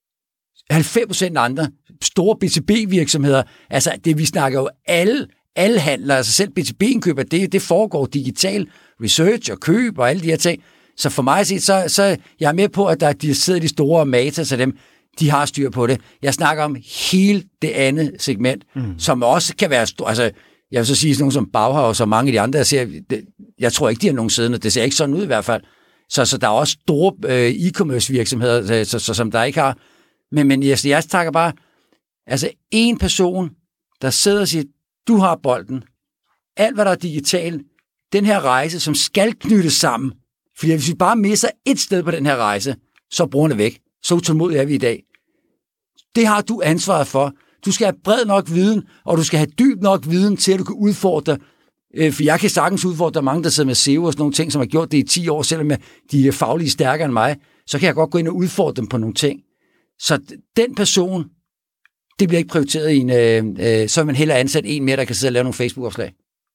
90% andre store B2B-virksomheder. Altså, det vi snakker jo alle handler, altså selv B2B-indkøber, det foregår digital research og køb og alle de her ting. Så for mig at se, så jeg er med på, at de sidder de store matas af dem, de har styr på det. Jeg snakker om hele det andet segment, som også kan være stort. Altså, jeg vil så sige sådan nogle som Bauhaus og mange af de andre, jeg tror ikke, de har nogen siddende. Det ser ikke sådan ud i hvert fald. Så der er også store e-commerce virksomheder, som der ikke har. Men jeg snakker bare, altså en person, der sidder og siger, du har bolden. Alt, hvad der er digitalt, den her rejse, som skal knyttes sammen. Fordi hvis vi bare misser et sted på den her rejse, så er brugerne væk. Så utålmodige er vi i dag. Det har du ansvaret for. Du skal have bred nok viden, og du skal have dyb nok viden til, at du kan udfordre. For jeg kan sagtens udfordre mange, der sidder med SEO og sådan nogle ting, som har gjort det i 10 år, selvom de er faglige stærkere end mig. Så kan jeg godt gå ind og udfordre dem på nogle ting. Så den person, det bliver ikke prioriteret i så vil man hellere ansætte en mere, der kan sidde og lave nogle Facebook-opslag.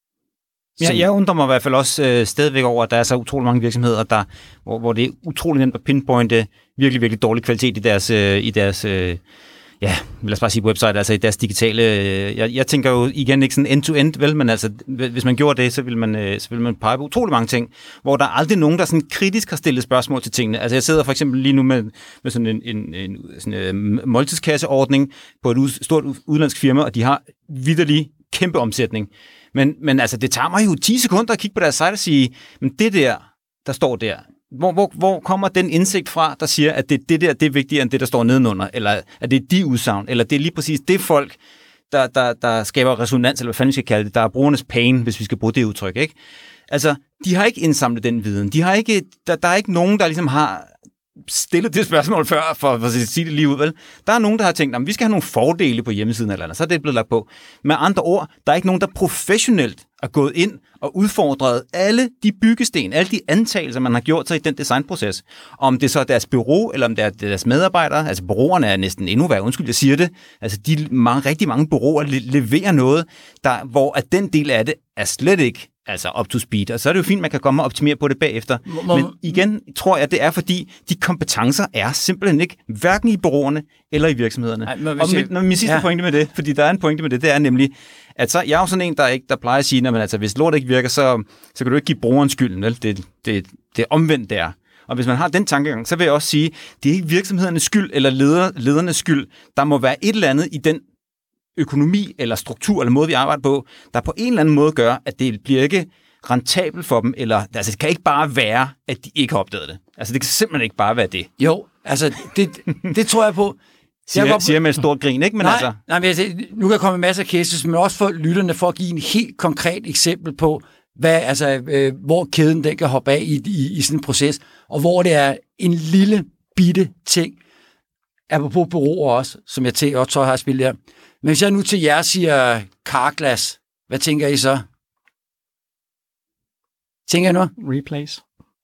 Ja, jeg undrer mig i hvert fald også stadigvæk over, at der er så utrolig mange virksomheder, hvor det er utrolig nemt at pinpointe virkelig, virkelig dårlig kvalitet i deres lad os bare sige website, altså i deres digitale. Jeg tænker jo igen ikke sådan end-to-end, vel, men altså, hvis man gjorde det, så ville man pege på utrolig mange ting, hvor der er aldrig nogen, der sådan kritisk har stillet spørgsmål til tingene. Altså jeg sidder for eksempel lige nu med sådan en måltidskasseordning på et stort udenlandsk firma, og de har vitterlig kæmpe omsætning. Men altså, det tager mig jo 10 sekunder at kigge på deres site og sige, men det der står der, hvor kommer den indsigt fra, der siger, at det der, det er vigtigere end det, der står nedenunder, eller at det er de udsagn, eller det er lige præcis det folk, der skaber resonans, eller hvad fanden vi skal kalde det, der er brugernes pain, hvis vi skal bruge det udtryk, ikke? Altså, de har ikke indsamlet den viden. De har ikke, der er ikke nogen, der ligesom har stillet det spørgsmål før, for at sige det lige ud, vel? Der er nogen, der har tænkt, at vi skal have nogle fordele på hjemmesiden eller andet, så er det blevet lagt på. Med andre ord, der er ikke nogen, der professionelt er gået ind og udfordret alle de byggesten, alle de antagelser, man har gjort sig i den designproces. Om det så er deres bureau, eller om det er deres medarbejdere, altså bureauerne er næsten endnu værre, undskyld, jeg siger det. Altså rigtig mange bureauer leverer noget, hvor at den del af det er slet ikke up to speed, og så er det jo fint, man kan komme og optimere på det bagefter. Men igen tror jeg, det er fordi, de kompetencer er simpelthen ikke, hverken i bureauerne eller i virksomhederne. Og min sidste pointe med det, fordi der er en pointe med det, det er nemlig, at så, jeg er jo sådan en, der plejer at sige, at hvis lort ikke virker, så kan du ikke give brugeren skylden. Vel? Det er omvendt der. Og hvis man har den tankegang, så vil jeg også sige, det er ikke virksomhedernes skyld eller ledernes skyld. Der må være et eller andet i den økonomi eller struktur eller måde, vi arbejder på, der på en eller anden måde gør, at det bliver ikke rentabelt for dem, eller altså det kan ikke bare være, at de ikke har opdaget det. Altså det kan simpelthen ikke bare være det. Jo, altså det tror jeg på. Siger med et stort grin, ikke? Men nu kan jeg komme med masser af cases, men også for lytterne, for at give en helt konkret eksempel på, hvor kæden den kan hoppe af i sådan en proces, og hvor det er en lille bitte ting, apropos bureauer også, som jeg også har spillet her. Men hvis jeg nu til jer siger Carglass, hvad tænker I så? Tænker I noget? Replace.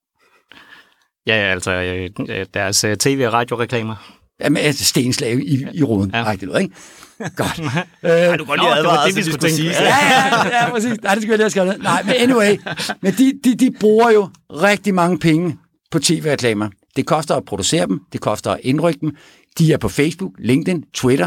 Ja, altså deres tv- og radioreklamer. Jamen, stenslag i ruden. Ja. Rigtig noget, ikke? Godt. Du går lige advaret, det vi skulle sige. Ja, præcis. Nej, det skulle jeg lige. Nej, men anyway. Men de bruger jo rigtig mange penge på tv-reklamer. Det koster at producere dem, det koster at indrykke dem. De er på Facebook, LinkedIn, Twitter,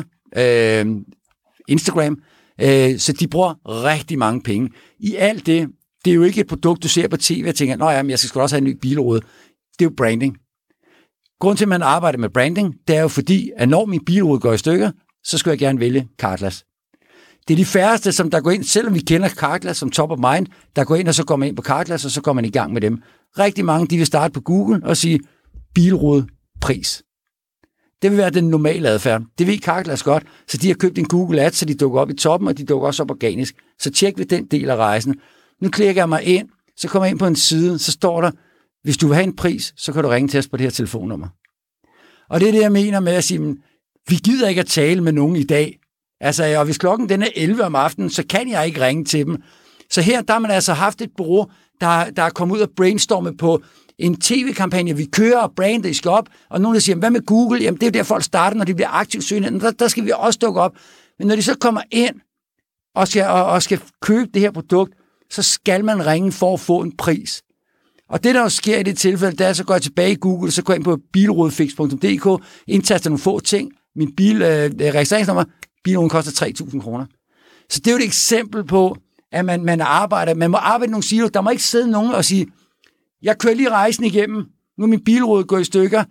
Instagram, så de bruger rigtig mange penge. I alt det er jo ikke et produkt, du ser på tv og tænker, men jeg skal sgu også have en ny bilrude. Det er jo branding. Grunden til, at man arbejder med branding, det er jo fordi, at når min bilrude går i stykker, så skal jeg gerne vælge Carglass. Det er de færreste, som der går ind, selvom vi kender Carglass som top of mind, der går ind, og så går man ind på Carglass, og så går man i gang med dem. Rigtig mange, de vil starte på Google og sige, bilrude, pris. Det vil være den normale adfærd. Det ved Carglass godt, så de har købt en Google Ads, så de dukker op i toppen, og de dukker også op organisk. Så tjek ved den del af rejsen. Nu klikker jeg mig ind, så kommer jeg ind på en side, så står der, hvis du vil have en pris, så kan du ringe til os på det her telefonnummer. Og det er det, jeg mener med at sige, vi gider ikke at tale med nogen i dag. Altså, og hvis klokken den er 11 om aftenen, så kan jeg ikke ringe til dem. Så her, der har man altså haft et bureau, der er kommet ud og brainstormet på en tv-kampagne, vi kører og brander, I skal op, og nogen der siger, hvad med Google? Jamen, det er jo der, folk starter, når de bliver aktivt søgende. Der skal vi også dukke op. Men når de så kommer ind og skal købe det her produkt, så skal man ringe for at få en pris. Og det, der jo sker i det tilfælde, det er, så går jeg tilbage i Google, så går jeg ind på bilrådfix.dk, indtaster nogle få ting, min registreringsnummer, bilråden koster 3.000 kroner. Så det er jo et eksempel på, at man må arbejde i nogle siloer. Der må ikke sidde nogen og sige, jeg kører lige rejsen igennem, nu er min bilråd gået i stykker,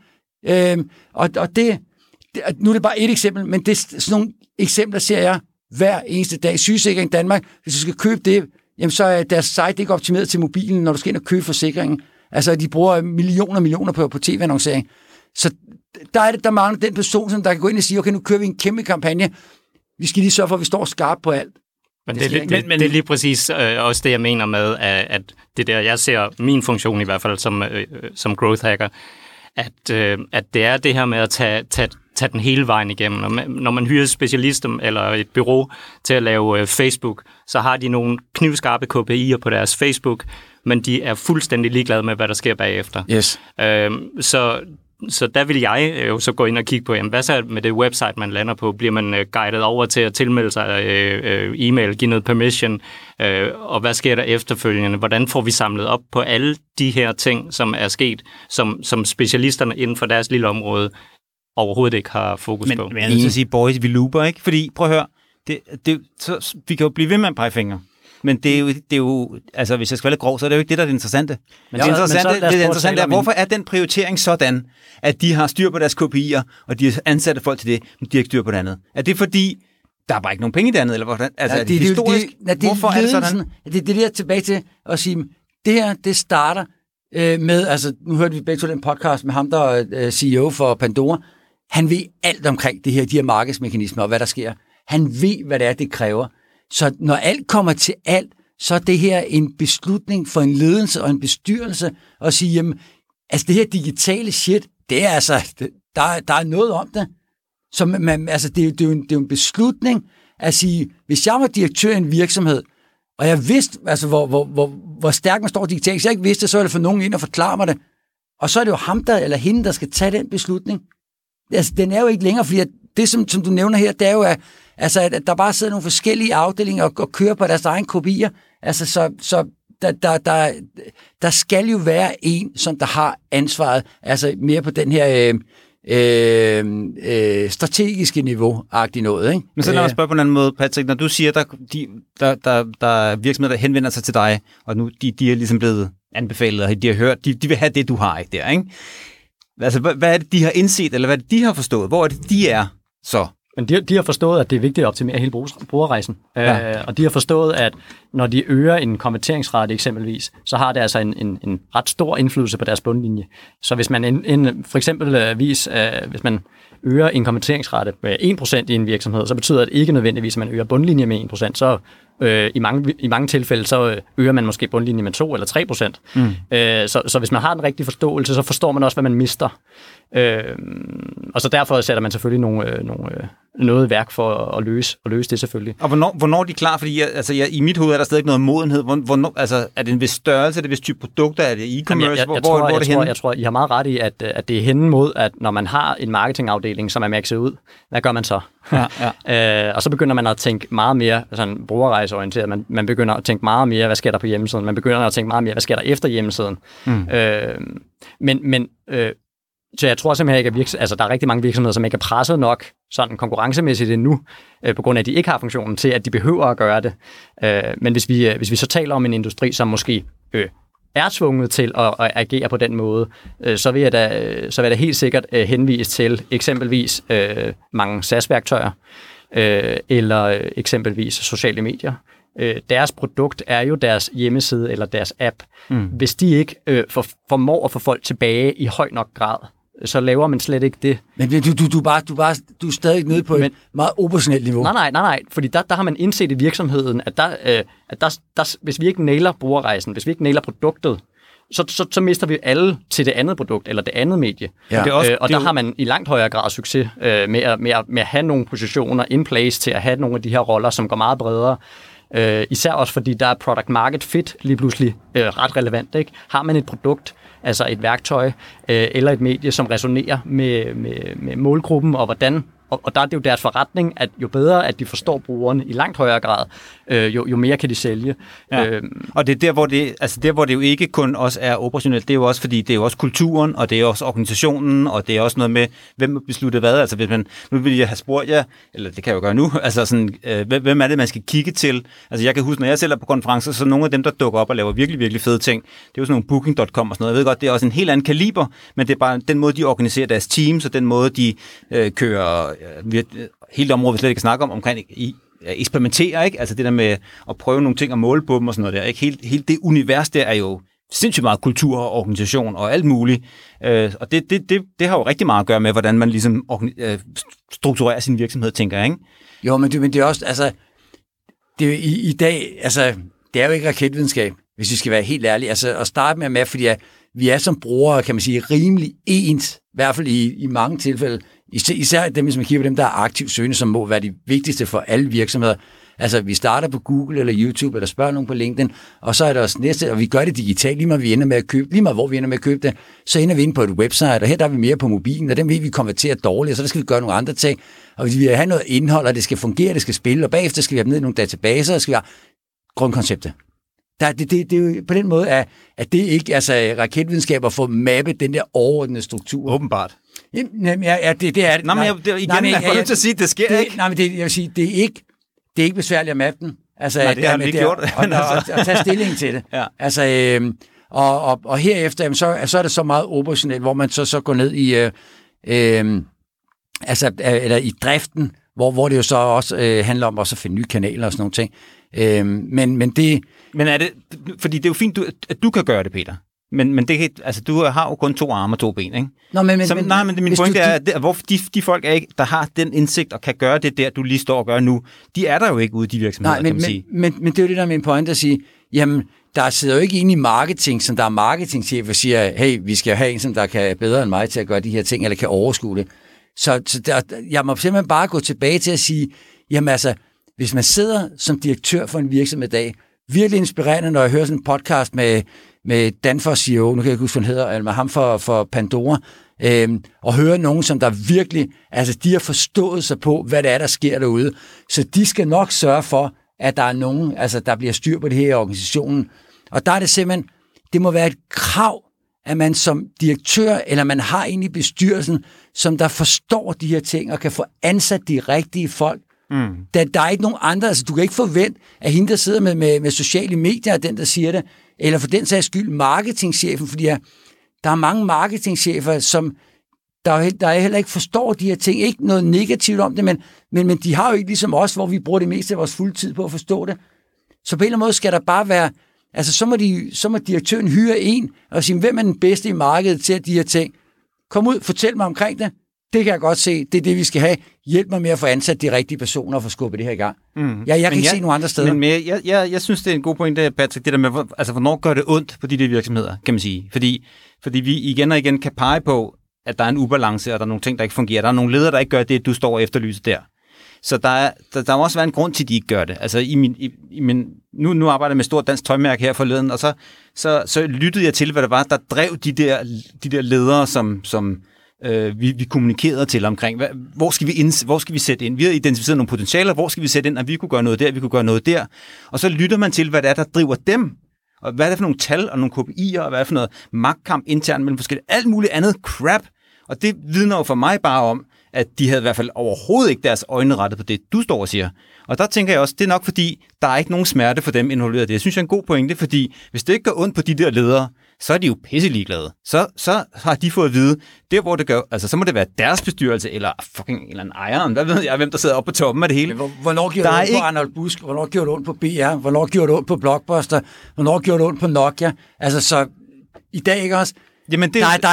og det, nu er det bare et eksempel, men det er sådan nogle eksempler, ser jeg hver eneste dag. Sygesikring Danmark, hvis du skal købe det, jamen så er deres site ikke optimeret til mobilen, når du skal ind og købe forsikringen. Altså, de bruger millioner på tv-annoncering. Så der mangler den person, som der kan gå ind og sige, okay, nu kører vi en kæmpe kampagne. Vi skal lige sørge for, at vi står skarpt på alt. Men det er lige præcis også det, jeg mener med, at det der, jeg ser min funktion i hvert fald som growth hacker, at det er det her med at tage den hele vejen igennem. Når man hyrer specialister eller et bureau til at lave Facebook, så har de nogle knivskarpe KPI'er på deres Facebook, men de er fuldstændig ligeglade med, hvad der sker bagefter. Yes. Så der vil jeg jo så gå ind og kigge på, jamen, hvad så med det website, man lander på? Bliver man guidet over til at tilmelde sig e-mail, give noget permission? Og hvad sker der efterfølgende? Hvordan får vi samlet op på alle de her ting, som er sket, som specialisterne inden for deres lille område overhovedet ikke har fokus på? Men jeg er nødt til at sige, boys, vi looper, ikke? Fordi, prøv at høre, så, vi kan jo blive ved med at pege fingre. Men det er jo, altså hvis jeg skal være lidt grov, så er det jo ikke det, der er det interessante. Men det interessante er, hvorfor er den prioritering sådan, at de har styr på deres KPI'er, og de har ansatte folk til det, men de har ikke styr på det andet? Er det fordi, der er bare ikke nogen penge i det andet, eller hvordan? Altså, er det historisk? Hvorfor er det sådan? Det er tilbage til at sige, det her, det starter med, altså nu hørte vi begge to den podcast med ham, der er CEO for Pandora. Han ved alt omkring det her, de her markedsmekanismer, og hvad der sker. Han ved, hvad det er, det kræver. Så når alt kommer til alt, så er det her en beslutning for en ledelse og en bestyrelse at sige, jamen, altså det her digitale shit, det er altså, der er noget om det. Så det er jo en beslutning at sige, hvis jeg var direktør i en virksomhed, og jeg vidste, altså hvor stærkt man står digitalt, hvis jeg ikke vidste det, så er det for nogen ind og forklare mig det. Og så er det jo ham der, eller hende, der skal tage den beslutning. Altså, den er jo ikke længere, fordi det, som du nævner her, det er jo, at der bare sidder nogle forskellige afdelinger og kører på deres egen kopier. Altså, så der skal jo være en, som der har ansvaret, altså mere på den her strategiske niveau-agtigt noget, ikke? Men så lad mig spørge på en anden måde, Patrick. Når du siger, der er virksomheder, der henvender sig til dig, og nu de er ligesom blevet anbefalet, og de har hørt, de vil have det, du har, ikke der, ikke? Altså, hvad er det, de har indset, eller hvad er det, de har forstået? Hvor er det, de er så? Men de har forstået, at det er vigtigt at optimere hele brugerrejsen. Ja. Og de har forstået, at når de øger en konverteringsrate eksempelvis, så har det altså en ret stor indflydelse på deres bundlinje. Så hvis man for eksempel hvis man øger en konverteringsrate med 1% i en virksomhed, så betyder det ikke nødvendigvis, at man øger bundlinje med 1%. Så i mange tilfælde, så øger man måske bundlinje med 2 eller 3%. Så hvis man har den rigtige forståelse, så forstår man også, hvad man mister. Og så derfor sætter man selvfølgelig noget værk for at løse det selvfølgelig. Og hvornår er de klar? Fordi i mit hoved er der stadig ikke noget modenhed. Hvornår, altså, er det en vis størrelse? Er det en vis type produkter? Er det e-commerce? Hvor er det henne? Jeg tror, I har meget ret i, at det er henne mod, at når man har en marketingafdeling, som er maxet ud, hvad gør man så? Ja. Og så begynder man at tænke meget mere sådan brugerrejseorienteret. Man begynder at tænke meget mere, hvad sker der på hjemmesiden? Man begynder at tænke meget mere, hvad sker der efter hjemmesiden? Så jeg tror simpelthen ikke, at der er rigtig mange virksomheder, som ikke er presset nok sådan konkurrencemæssigt endnu, på grund af, at de ikke har funktionen til, at de behøver at gøre det. Men hvis vi så taler om en industri, som måske er tvunget til at agere på den måde, så vil jeg da helt sikkert henvise til eksempelvis mange SaaS-værktøjer, eller eksempelvis sociale medier. Deres produkt er jo deres hjemmeside eller deres app. Hvis de ikke formår at få folk tilbage i høj nok grad, så laver man slet ikke det. Men du er stadig nede på et meget operationelt niveau. Nej, fordi der har man indset i virksomheden, at der, hvis vi ikke nailer brugerrejsen, hvis vi ikke nailer produktet, så mister vi alle til det andet produkt eller det andet medie. Ja. Og der har man i langt højere grad succes med at have nogle positioner in place til at have nogle af de her roller, som går meget bredere. Især også fordi der er product market fit lige pludselig ret relevant. Ikke? Har man et produkt, altså et værktøj eller et medie, som resonerer med målgruppen, og hvordan. Og der er det jo deres forretning, at jo bedre, at de forstår brugerne i langt højere grad, jo mere kan de sælge. Ja. Og det er der, hvor det jo ikke kun også er operationelt, det er jo også, fordi det er jo også kulturen, og det er også organisationen, og det er også noget med, hvem beslutter hvad. Altså hvis man, nu vil jeg have spurgt jer, eller det kan jeg jo gøre nu, altså sådan, hvem er det, man skal kigge til? Altså jeg kan huske, når jeg selv er på konferencer, så nogle af dem, der dukker op og laver virkelig, virkelig fede ting, det er jo sådan nogle Booking.com og sådan noget. Jeg ved godt, det er også en helt anden kaliber, men det er bare den måde, de organiserer deres teams, og den måde, de kører hele området, vi slet ikke snakke omkring eksperimentere, ikke? Altså det der med at prøve nogle ting og måle på dem og sådan noget der, ikke? Helt det univers der er jo sindssygt meget kultur og organisation og alt muligt. Og det har jo rigtig meget at gøre med, hvordan man ligesom strukturerer sin virksomhed, tænker jeg, ikke? Jo, men det er også, altså, det er i dag, altså, det er jo ikke raketvidenskab, hvis vi skal være helt ærlige. Altså, at starte med, fordi vi er som brugere, kan man sige, rimelig ens, i hvert fald i mange tilfælde. Især dem, hvis man kigger på dem, der er aktivt søgende, som må være de vigtigste for alle virksomheder. Altså, vi starter på Google eller YouTube, eller spørger nogen på LinkedIn, og så er der også næste, og vi gør det digitalt, lige meget hvor vi ender med at købe det, så ender vi inde på et website, og her der er vi mere på mobilen, og den vil vi konvertere dårligt, og så der skal vi gøre nogle andre ting, og vi vil have noget indhold, og det skal fungere, det skal spille, og bagefter skal vi have dem ned i nogle databaser, og skal vi have grundkonceptet. Det er jo på den måde, at det ikke altså raketvidenskab at få mappet den der overordnede struktur. Åbenbart. Jamen, ja, det er det. Nå, men jeg får nødt til at sige, at det sker ikke. Nej, men jeg vil sige, det er ikke besværligt at mappe den. Altså, nej, det har vi ikke gjort. Og tage stilling til det. Ja. Altså, og herefter, jamen, så er det så meget operationelt, hvor man så går ned i, eller i driften, hvor det jo så også handler om også at finde nye kanaler og sådan nogle ting. Men er det, fordi det er jo fint, at du kan gøre det, Peter. Men det, altså, du har jo kun 2 arme og 2 ben, ikke? Nå, men min pointe er, at hvor de folk, der har den indsigt og kan gøre det der, du lige står og gør nu, de er der jo ikke ude i de virksomheder, kan man sige. Men det er jo det, der er min pointe at sige, jamen, der sidder jo ikke inde i marketing, som der er marketingchef og siger, hey, vi skal have en, som der kan bedre end mig til at gøre de her ting, eller kan overskue det. Så jeg må simpelthen bare gå tilbage til at sige, jamen altså, hvis man sidder som direktør for en virksomhed i dag, virkelig inspirerende, når jeg hører sådan en podcast med Danfoss CEO, nu kan jeg ikke huske, hvad han hedder, eller med ham for Pandora, og høre nogen, som der virkelig, altså de har forstået sig på, hvad det er, der sker derude. Så de skal nok sørge for, at der er nogen, altså der bliver styr på det her i organisationen. Og der er det simpelthen, det må være et krav, at man som direktør, eller man har en i bestyrelsen, som der forstår de her ting, og kan få ansat de rigtige folk. Der er ikke nogen andre, altså du kan ikke forvente, at hende, der sidder med sociale medier, er den, der siger det, eller for den sags skyld marketingchefen, fordi der er mange marketingchefer, som der heller ikke forstår de her ting. Ikke noget negativt om det, men de har jo ikke ligesom os, hvor vi bruger det meste af vores fuldtid på at forstå det. Så på en eller anden måde skal der bare være, altså så må direktøren hyre en, og sige, hvem er den bedste i markedet til de her ting? Kom ud, fortæl mig omkring det. Det kan jeg godt se, det er det, vi skal have. Hjælp mig med at få ansat de rigtige personer og få skubbet det her i gang. Jeg kan ikke se nogen andre steder. Men jeg synes, det er en god pointe, Patrick, det der med, altså hvornår gør det ondt på de der virksomheder, kan man sige. Fordi vi igen og igen kan pege på, at der er en ubalance, og der er nogle ting, der ikke fungerer. Der er nogle ledere, der ikke gør det, du står og efterlyser der. Så der må også være en grund til, at de ikke gør det. Altså nu arbejder jeg med stort dansk tøjmærke her forleden, og så lyttede jeg til, hvad der var, der drev de der ledere, som vi kommunikerede til omkring. Hvor skal vi sætte ind? Vi har identificeret nogle potentialer. Hvor skal vi sætte ind? At vi kunne gøre noget der, vi kunne gøre noget der. Og så lytter man til, hvad det er, der driver dem. Og hvad er det for nogle tal og nogle KPI'er, og hvad er det for noget magtkamp internt mellem forskellige, alt muligt andet crap. Og det vidner jo for mig bare om, at de havde i hvert fald overhovedet ikke deres øjne rettet på det, du står og siger. Og der tænker jeg også, det er nok fordi, der er ikke nogen smerte for dem involveret i det. Jeg synes, det er en god pointe, fordi hvis det ikke går ondt på de der ledere, så er de jo pisselig glade. Så har de fået at vide, der hvor det gør, altså så må det være deres bestyrelse, eller fucking en eller anden ejeren, hvad ved jeg, hvem der sidder oppe på toppen af det hele. Hvornår gjorde det ondt på Arnold Busk? Hvornår gjorde det ondt på BR? Hvornår gjorde det ondt på Blockbuster? Hvornår gjorde det ondt på Nokia? Altså så i dag ikke også? Jamen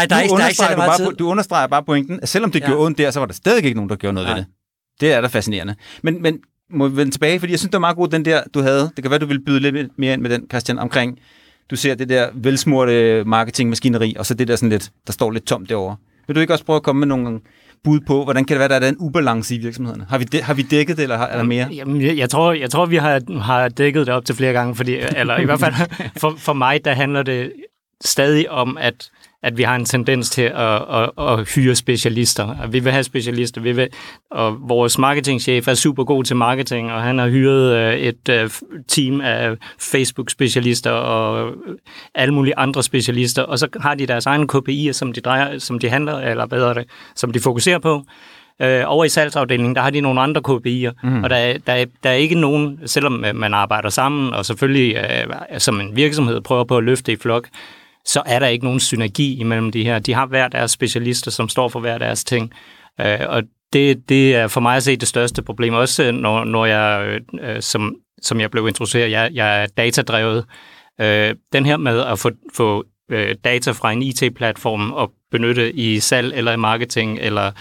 du understreger bare pointen, at selvom det gjorde ondt der, så var der stadig ikke nogen, der gjorde noget ved det. Det er da fascinerende. Men må vi vende tilbage, fordi jeg synes, det var meget god, den der, du havde. Det kan være, du vil byde lidt mere ind med den, Christian, omkring, du ser det der velsmurte marketingmaskineri, og så det der sådan lidt, der står lidt tomt derovre. Vil du ikke også prøve at komme med nogle bud på, hvordan kan det være, der er en ubalance i virksomhederne? Har vi dækket det, eller er der mere? Jamen, jeg tror, vi har dækket det op til flere gange, fordi, eller i hvert fald for mig, der handler det stadig om, at vi har en tendens til at hyre specialister. Vi vil have specialister, og vores marketingchef er super god til marketing, og han har hyret et team af Facebook-specialister og alle mulige andre specialister, og så har de deres egne KPI'er, som de handler, eller hvad er det, som de fokuserer på. Over i salgsafdelingen, der har de nogle andre KPI'er, og der er ikke nogen, selvom man arbejder sammen, og selvfølgelig som en virksomhed prøver på at løfte i flok, så er der ikke nogen synergi imellem de her. De har hver deres specialister, som står for hver deres ting. Og det er for mig at se det største problem. Også når jeg, som jeg blev introduceret, jeg er datadrevet. Den her med at få data fra en IT-platform og benytte i salg eller i marketing, eller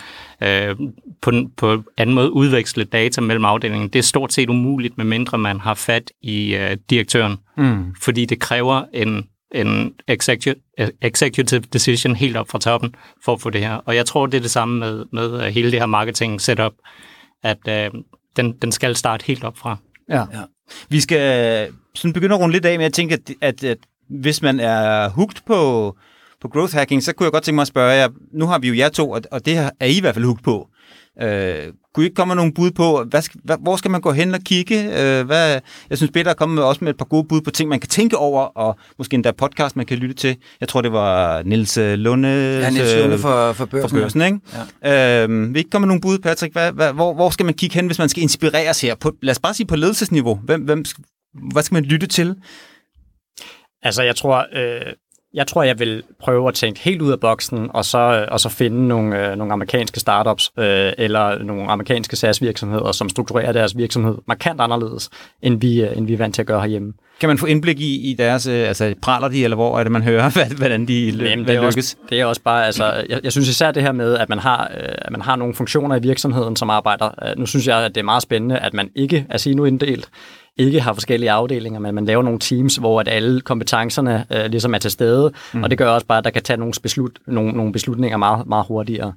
på anden måde udveksle data mellem afdelingen, det er stort set umuligt, medmindre man har fat i direktøren. Fordi det kræver en executive decision helt op fra toppen for at få det her. Og jeg tror, det er det samme med hele det her marketing setup, at den skal starte helt op fra. Ja. Vi skal sådan begynde at runde lidt af med at tænke, at hvis man er hooked på growth hacking, så kunne jeg godt tænke mig at spørge jer, nu har vi jo jer to, og det er I hvert fald hooked på. Kunne I ikke komme med nogle bud på, hvor skal man gå hen og kigge? Jeg synes, Peter er kommet også med et par gode bud på ting, man kan tænke over, og måske endda podcast, man kan lytte til. Jeg tror, det var Niels Lunde. Ja, Niels Lunde for Børsen. Ikke? Ja. Vil I ikke komme med nogle bud, Patrick? Hvor skal man kigge hen, hvis man skal inspireres her? Lad os bare sige på ledelsesniveau. Hvad skal man lytte til? Altså, jeg tror, jeg vil prøve at tænke helt ud af boksen, og så finde nogle amerikanske startups eller nogle amerikanske SaaS-virksomheder, som strukturerer deres virksomhed markant anderledes, end vi er vant til at gøre herhjemme. Kan man få indblik i deres, praler de, eller hvor er det, man hører, hvordan de lykkes? Det er også bare, altså, jeg synes især det her med, at man har nogle funktioner i virksomheden, som arbejder. Nu synes jeg, at det er meget spændende, at man ikke er siloinddelt, ikke har forskellige afdelinger, men man laver nogle teams, hvor at alle kompetencerne ligesom er til stede, og det gør også bare, at der kan tage nogle beslutninger meget, meget hurtigere.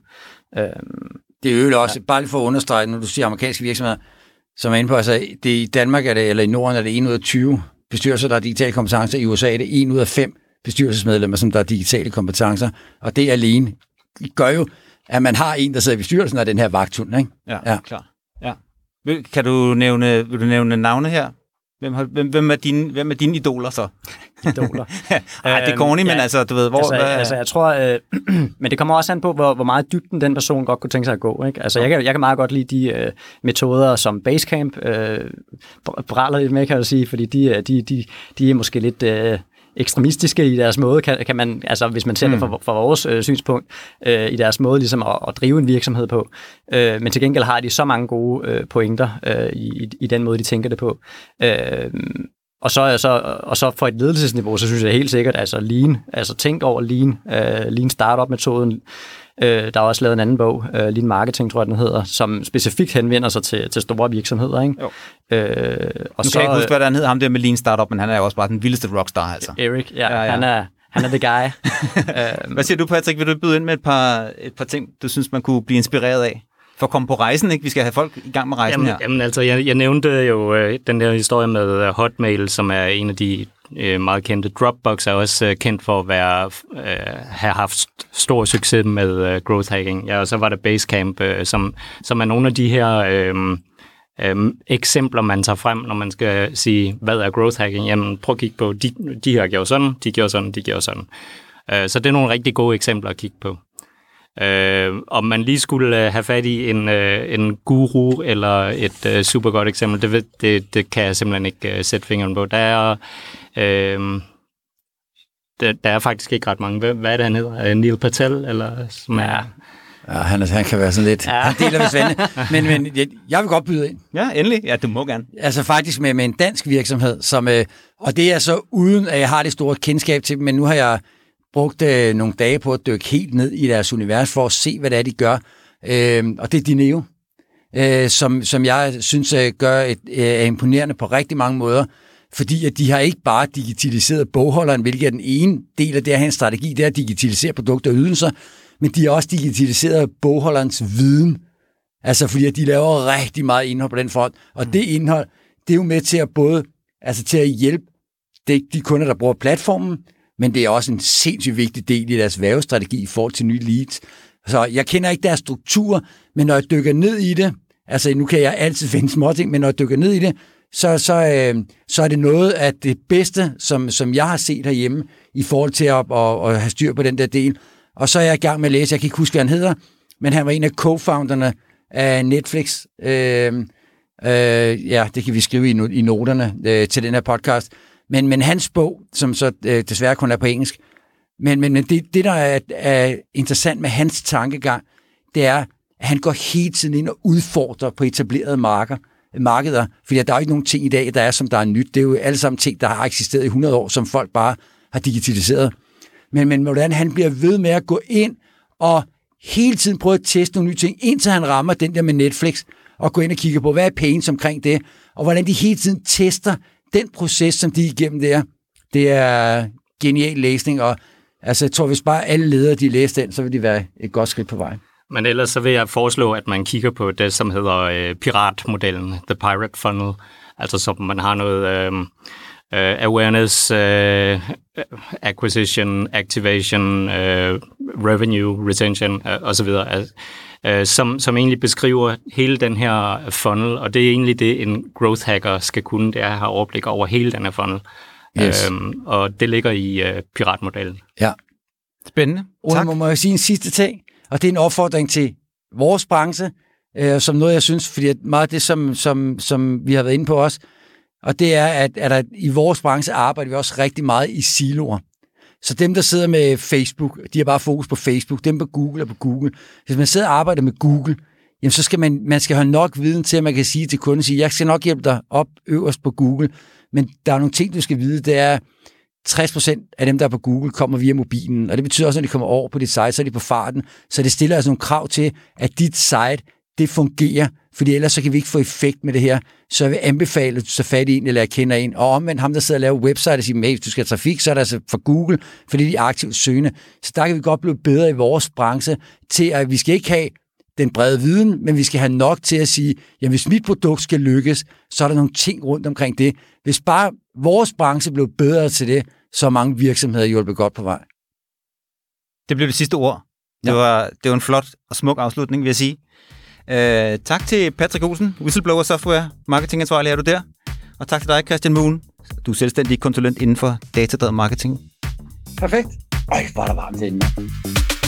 Det er jo også, bare lige for at understrege, når du siger amerikanske virksomheder, som er inde på, altså det i Danmark eller i Norden er det 1 ud af 20 bestyrelser, der har digitale kompetencer. I USA er det 1 ud af 5 bestyrelsesmedlemmer, som der har digitale kompetencer, og det alene gør jo, at man har en, der sidder i bestyrelsen af den her vagthund, ikke? Ja, klar. Ja. Vil du nævne navne her? Hvem er dine idoler så? Idoler? Ej, det er corny, men altså, du ved, hvor... Altså, jeg tror... men det kommer også an på, hvor meget dybden den person godt kunne tænke sig at gå, ikke? Altså, jeg kan meget godt lide de metoder, som Basecamp bræller lidt med, kan jeg sige, fordi de er måske lidt... ekstremistiske i deres måde, kan man, altså hvis man ser det fra vores synspunkt, i deres måde ligesom at drive en virksomhed på. Men til gengæld har de så mange gode pointer i den måde, de tænker det på. Og så for et ledelsesniveau, så synes jeg helt sikkert, altså Lean, altså tænk over Lean Startup-metoden. Der er også lavet en anden bog, Lean Marketing, tror jeg, den hedder, som specifikt henvender sig til store virksomheder, ikke? Og nu kan jeg ikke huske, hvad han hedder, ham der med Lean Startup, men han er jo også bare den vildeste rockstar, altså. Erik, ja. Han er the guy. Hvad siger du, Patrick? Vil du byde ind med et par ting, du synes, man kunne blive inspireret af? For at komme på rejsen, ikke? Vi skal have folk i gang med rejsen her. Jamen altså, jeg nævnte jo den der historie med Hotmail, som er en af de meget kendte. Dropbox er også kendt for at have haft stor succes med growth hacking. Ja, og så var der Basecamp, som er nogle af de her eksempler, man tager frem, når man skal sige, hvad er growth hacking? Jamen, prøv at kigge på, de her gjorde sådan, de gjorde sådan, de gjorde sådan. Så det er nogle rigtig gode eksempler at kigge på. Om man lige skulle have fat i en guru eller et super godt eksempel, det kan jeg simpelthen ikke sætte fingeren på. Der er faktisk ikke ret mange. Hvad er det, han hedder? Neil Patel? Eller, som er... Ja, han kan være sådan lidt... Ja. Han deler med Svende. Men jeg vil godt byde ind. Ja, endelig. Ja, du må gerne. Altså faktisk med en dansk virksomhed, som... og det er så uden, at jeg har det store kendskab til dem, men nu har jeg brugt nogle dage på at dykke helt ned i deres univers for at se, hvad det er, de gør. Og det er Dineo, som jeg synes er imponerende på rigtig mange måder, fordi at de har ikke bare digitaliseret bogholderen, hvilket er den ene del af det at have en strategi, det er at digitalisere produkter og ydelser, men de har også digitaliseret bogholderens viden. Altså fordi at de laver rigtig meget indhold på den front, og det indhold, det er jo med til at både til at hjælpe de kunder, der bruger platformen, men det er også en sindssygt vigtig del i deres vævestrategi i forhold til nye leads. Så jeg kender ikke deres struktur, men når jeg dykker ned i det, altså nu kan jeg altid finde småting, men når jeg dykker ned i det, så er det noget af det bedste, som jeg har set herhjemme, i forhold til at have styr på den der del. Og så er jeg i gang med at læse, jeg kan ikke huske, hvad han hedder, men han var en af co-founderne af Netflix. Ja, det kan vi skrive i noterne til den her podcast. Men hans bog, som så desværre kun er på engelsk, men det der er interessant med hans tankegang, det er, at han går hele tiden ind og udfordrer på etablerede markeder, fordi der er jo ikke nogen ting i dag, der er, som der er nyt. Det er jo alle sammen ting, der har eksisteret i 100 år, som folk bare har digitaliseret. Men hvordan han bliver ved med at gå ind og hele tiden prøve at teste nogle nye ting, indtil han rammer den der med Netflix, og gå ind og kigge på, hvad er pains omkring det, og hvordan de hele tiden tester den proces, som de er igennem der. Det er genial læsning, og altså, jeg tror, hvis bare alle ledere de læser den, så vil de være et godt skridt på vej. Men ellers så vil jeg foreslå, at man kigger på det, som hedder piratmodellen, The Pirate Funnel, altså så man har noget awareness, acquisition, activation, revenue, retention osv., som egentlig beskriver hele den her funnel, og det er egentlig det, en growth hacker skal kunne, det er at have overblik over hele den her funnel. Yes. Og det ligger i piratmodellen. Ja. Spændende. Tak. Må jeg sige en sidste ting, og det er en opfordring til vores branche, som noget, jeg synes, fordi meget af det, som vi har været inde på også, og det er, at i vores branche arbejder vi også rigtig meget i siloer. Så dem, der sidder med Facebook, de har bare fokus på Facebook. Dem på Google er på Google. Hvis man sidder og arbejder med Google, jamen så skal man skal have nok viden til, at man kan sige til kunden, jeg skal nok hjælpe dig op øverst på Google. Men der er nogle ting, du skal vide. Det er, 60% af dem, der er på Google, kommer via mobilen. Og det betyder også, at når de kommer over på dit site, så er de på farten. Så det stiller altså nogle krav til, at dit site, det fungerer. Fordi ellers så kan vi ikke få effekt med det her. Så jeg vil anbefale, at du tager fat i en eller kender en. Og omvendt ham, der sidder og laver website og siger, hvis du skal have trafik, så er det altså for Google, fordi de er aktivt søgende. Så der kan vi godt blive bedre i vores branche til, at vi skal ikke have den brede viden, men vi skal have nok til at sige, jamen hvis mit produkt skal lykkes, så er der nogle ting rundt omkring det. Hvis bare vores branche blev bedre til det, så er mange virksomheder hjulpet godt på vej. Det blev det sidste ord. Det var en flot og smuk afslutning, vil jeg sige. Tak til Patrick Olsen, Whistleblower Software, marketingansvarlig er du der. Og tak til dig, Christian Moon. Du er selvstændig konsulent inden for datadrevet marketing. Perfekt. Hvor er der varmt herinde.